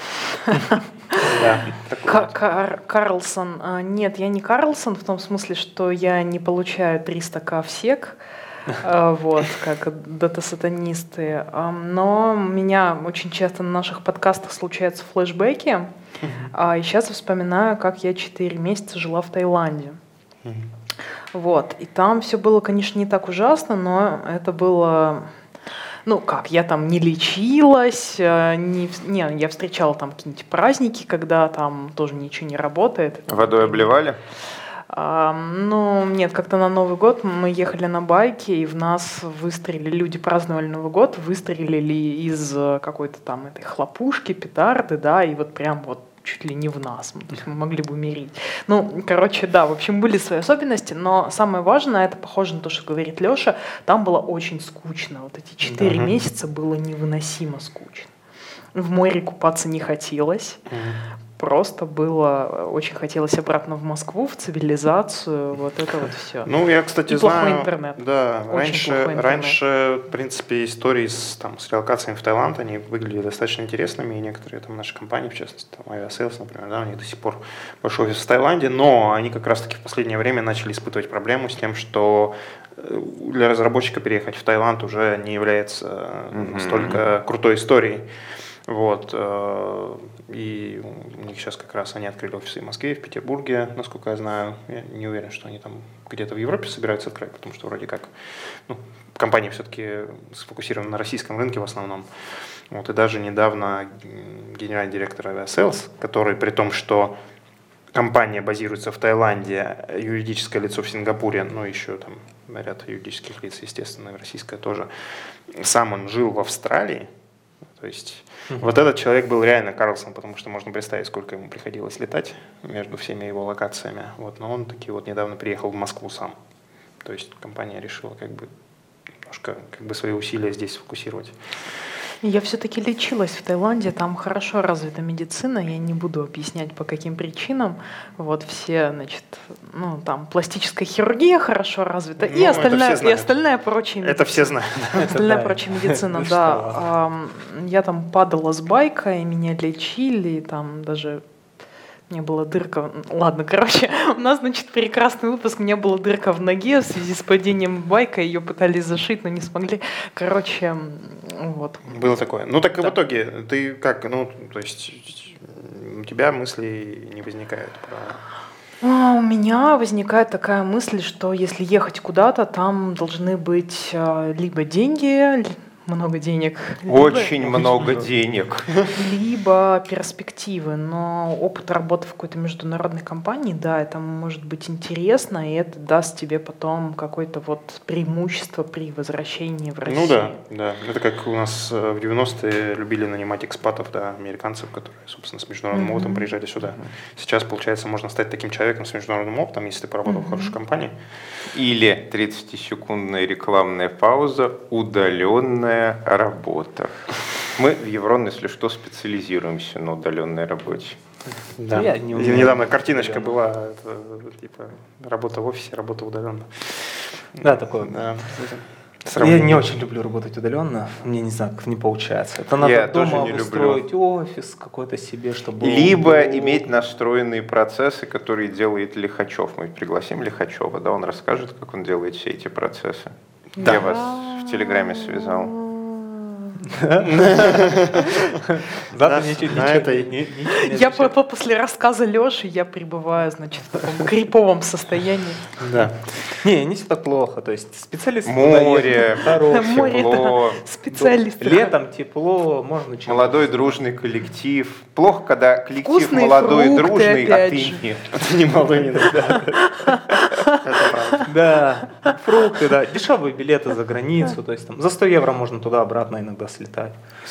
Карлсон. Нет, я не Карлсон в том смысле, что я не получаю 300К в сек, вот, как дата-сатанисты. Но у меня очень часто на наших подкастах случаются флешбеки. И сейчас я вспоминаю, как я 4 месяца жила в Таиланде. Вот, и там все было, конечно, не так ужасно, но это было, я там не лечилась, я встречала там какие-нибудь праздники, когда там тоже ничего не работает. Водой обливали? Нет, как-то на Новый год мы ехали на байке, и в нас выстрелили, люди праздновали Новый год, выстрелили из какой-то там этой хлопушки, петарды, да, и вот прям вот чуть ли не в нас, то есть мы могли бы умереть. Да, в общем, были свои особенности, но самое важное, это похоже на то, что говорит Леша, там было очень скучно. Вот эти 4 месяца было невыносимо скучно. В море купаться не хотелось. Просто было, очень хотелось обратно в Москву, в цивилизацию, вот это вот все. Я, кстати, знаю, интернет. Да, очень раньше, в принципе, истории с релокациями в Таиланд, они выглядели достаточно интересными, и некоторые там наши компании, в частности, там Aviasales, например, да, у них до сих пор большой офис в Таиланде, но они как раз-таки в последнее время начали испытывать проблему с тем, что для разработчика переехать в Таиланд уже не является столько крутой историей. Вот, и у них сейчас как раз они открыли офисы в Москве, в Петербурге, насколько я знаю. Я не уверен, что они там где-то в Европе собираются открыть, потому что вроде как компания все-таки сфокусирована на российском рынке в основном. Вот, и даже недавно генеральный директор Aviasales, который при том, что компания базируется в Таиланде, юридическое лицо в Сингапуре, еще там ряд юридических лиц, естественно, и российское тоже, сам он жил в Австралии. То есть вот этот человек был реально Карлсон, потому что можно представить, сколько ему приходилось летать между всеми его локациями. Вот, но он таки вот недавно приехал в Москву сам. То есть компания решила немножко свои усилия здесь сфокусировать. Я все-таки лечилась в Таиланде, там хорошо развита медицина, я не буду объяснять, по каким причинам. Вот все, значит, там пластическая хирургия хорошо развита, и остальная прочая медицина. Это все знают. Остальная прочая медицина, да. Я там падала с байка, и меня лечили, и там даже... У меня была дырка, ладно, короче, у нас, значит, прекрасный выпуск, у меня была дырка в ноге в связи с падением байка, ее пытались зашить, но не смогли, короче, вот. Было такое. Так да. В итоге, ты как, то есть у тебя мысли не возникают про... У меня возникает такая мысль, что если ехать куда-то, там должны быть либо деньги, много денег. Очень много денег. Либо перспективы. Но опыт работы в какой-то международной компании, да, это может быть интересно, и это даст тебе потом какое-то преимущество при возвращении в Россию. Да. Это как у нас в 90-е любили нанимать экспатов, да, американцев, которые, собственно, с международным опытом приезжали сюда. Сейчас, получается, можно стать таким человеком с международным опытом, если ты поработал в хорошей компании. Или 30-секундная рекламная пауза, удаленная работа. Мы в Еврон, если что, специализируемся на удаленной работе. Да. Недавно картиночка была, типа работа в офисе, работа удаленно. Да, такое. Да. Я не очень люблю работать удаленно, мне не знаю, как не получается. Это надо дома устроить офис какой-то себе, чтобы... Либо иметь настроенные процессы, которые делает Лихачев. Мы пригласим Лихачева, да, он расскажет, как он делает все эти процессы. Да. Я вас в Телеграме связал. Я после рассказа Леши я пребываю, значит, в таком криповом состоянии. Да. Не все так плохо. То есть специалисты море, тепло. Специалисты. Летом тепло, можно. Молодой дружный коллектив. Плохо, когда коллектив молодой дружный, а ты нет. Ты не молодой, не надо. Да, фрукты, да, дешевые билеты за границу, то есть там за 100 евро можно туда-обратно иногда слетать.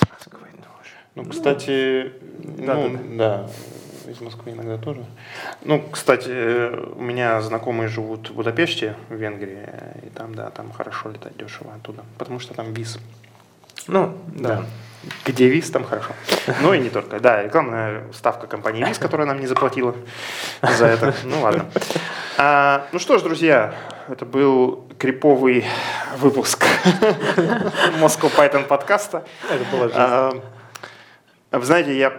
Кстати, да, из Москвы иногда тоже. Кстати, у меня знакомые живут в Будапеште, в Венгрии, и там хорошо летать дешево оттуда, потому что там виз. Да. Где виз, там хорошо. И не только. Да, рекламная ставка компании виз, которая нам не заплатила за это. Ладно. Что ж, друзья, это был криповый выпуск Moscow Python подкаста. Это была жизнь. Вы знаете, я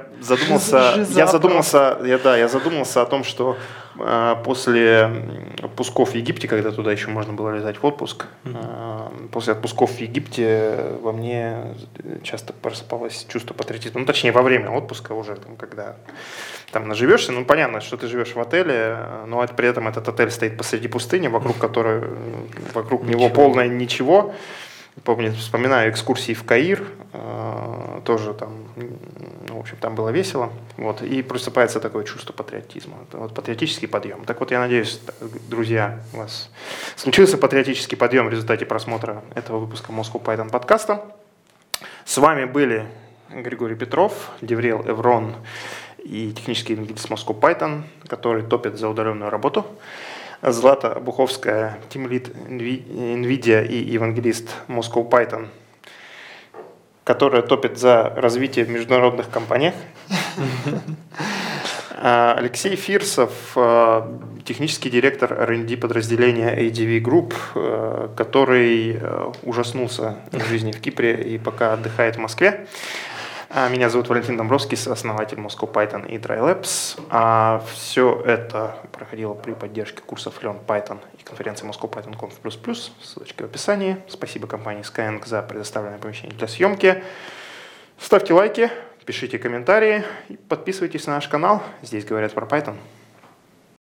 задумался о том, что после отпусков в Египте, когда туда еще можно было летать в отпуск, после отпусков в Египте во мне часто просыпалось чувство патриотизма. Точнее, во время отпуска уже, когда там наживешься. Понятно, что ты живешь в отеле, но при этом этот отель стоит посреди пустыни, вокруг него полное ничего. Помню, вспоминаю экскурсии в Каир, тоже там, там было весело, и просыпается такое чувство патриотизма, патриотический подъем. Так я надеюсь, друзья, у вас случился патриотический подъем в результате просмотра этого выпуска Moscow Python подкаста. С вами были Григорий Петров, Деврел Еврон и технический евангелист Moscow Python, который топит за удаленную работу. Злата Буховская, тимлид NVIDIA и евангелист Moscow Python, которая топит за развитие в международных компаниях. Алексей Фирсов, технический директор R&D подразделения ADV Group, который ужаснулся жизни в Кипре и пока отдыхает в Москве. Меня зовут Валентин Домбровский, основатель Moscow Python и Dry Labs. Все это проходило при поддержке курсов Learn Python и конференции Moscow Python Conf++. Ссылочка в описании. Спасибо компании Skyeng за предоставленное помещение для съемки. Ставьте лайки, пишите комментарии и подписывайтесь на наш канал. Здесь говорят про Python.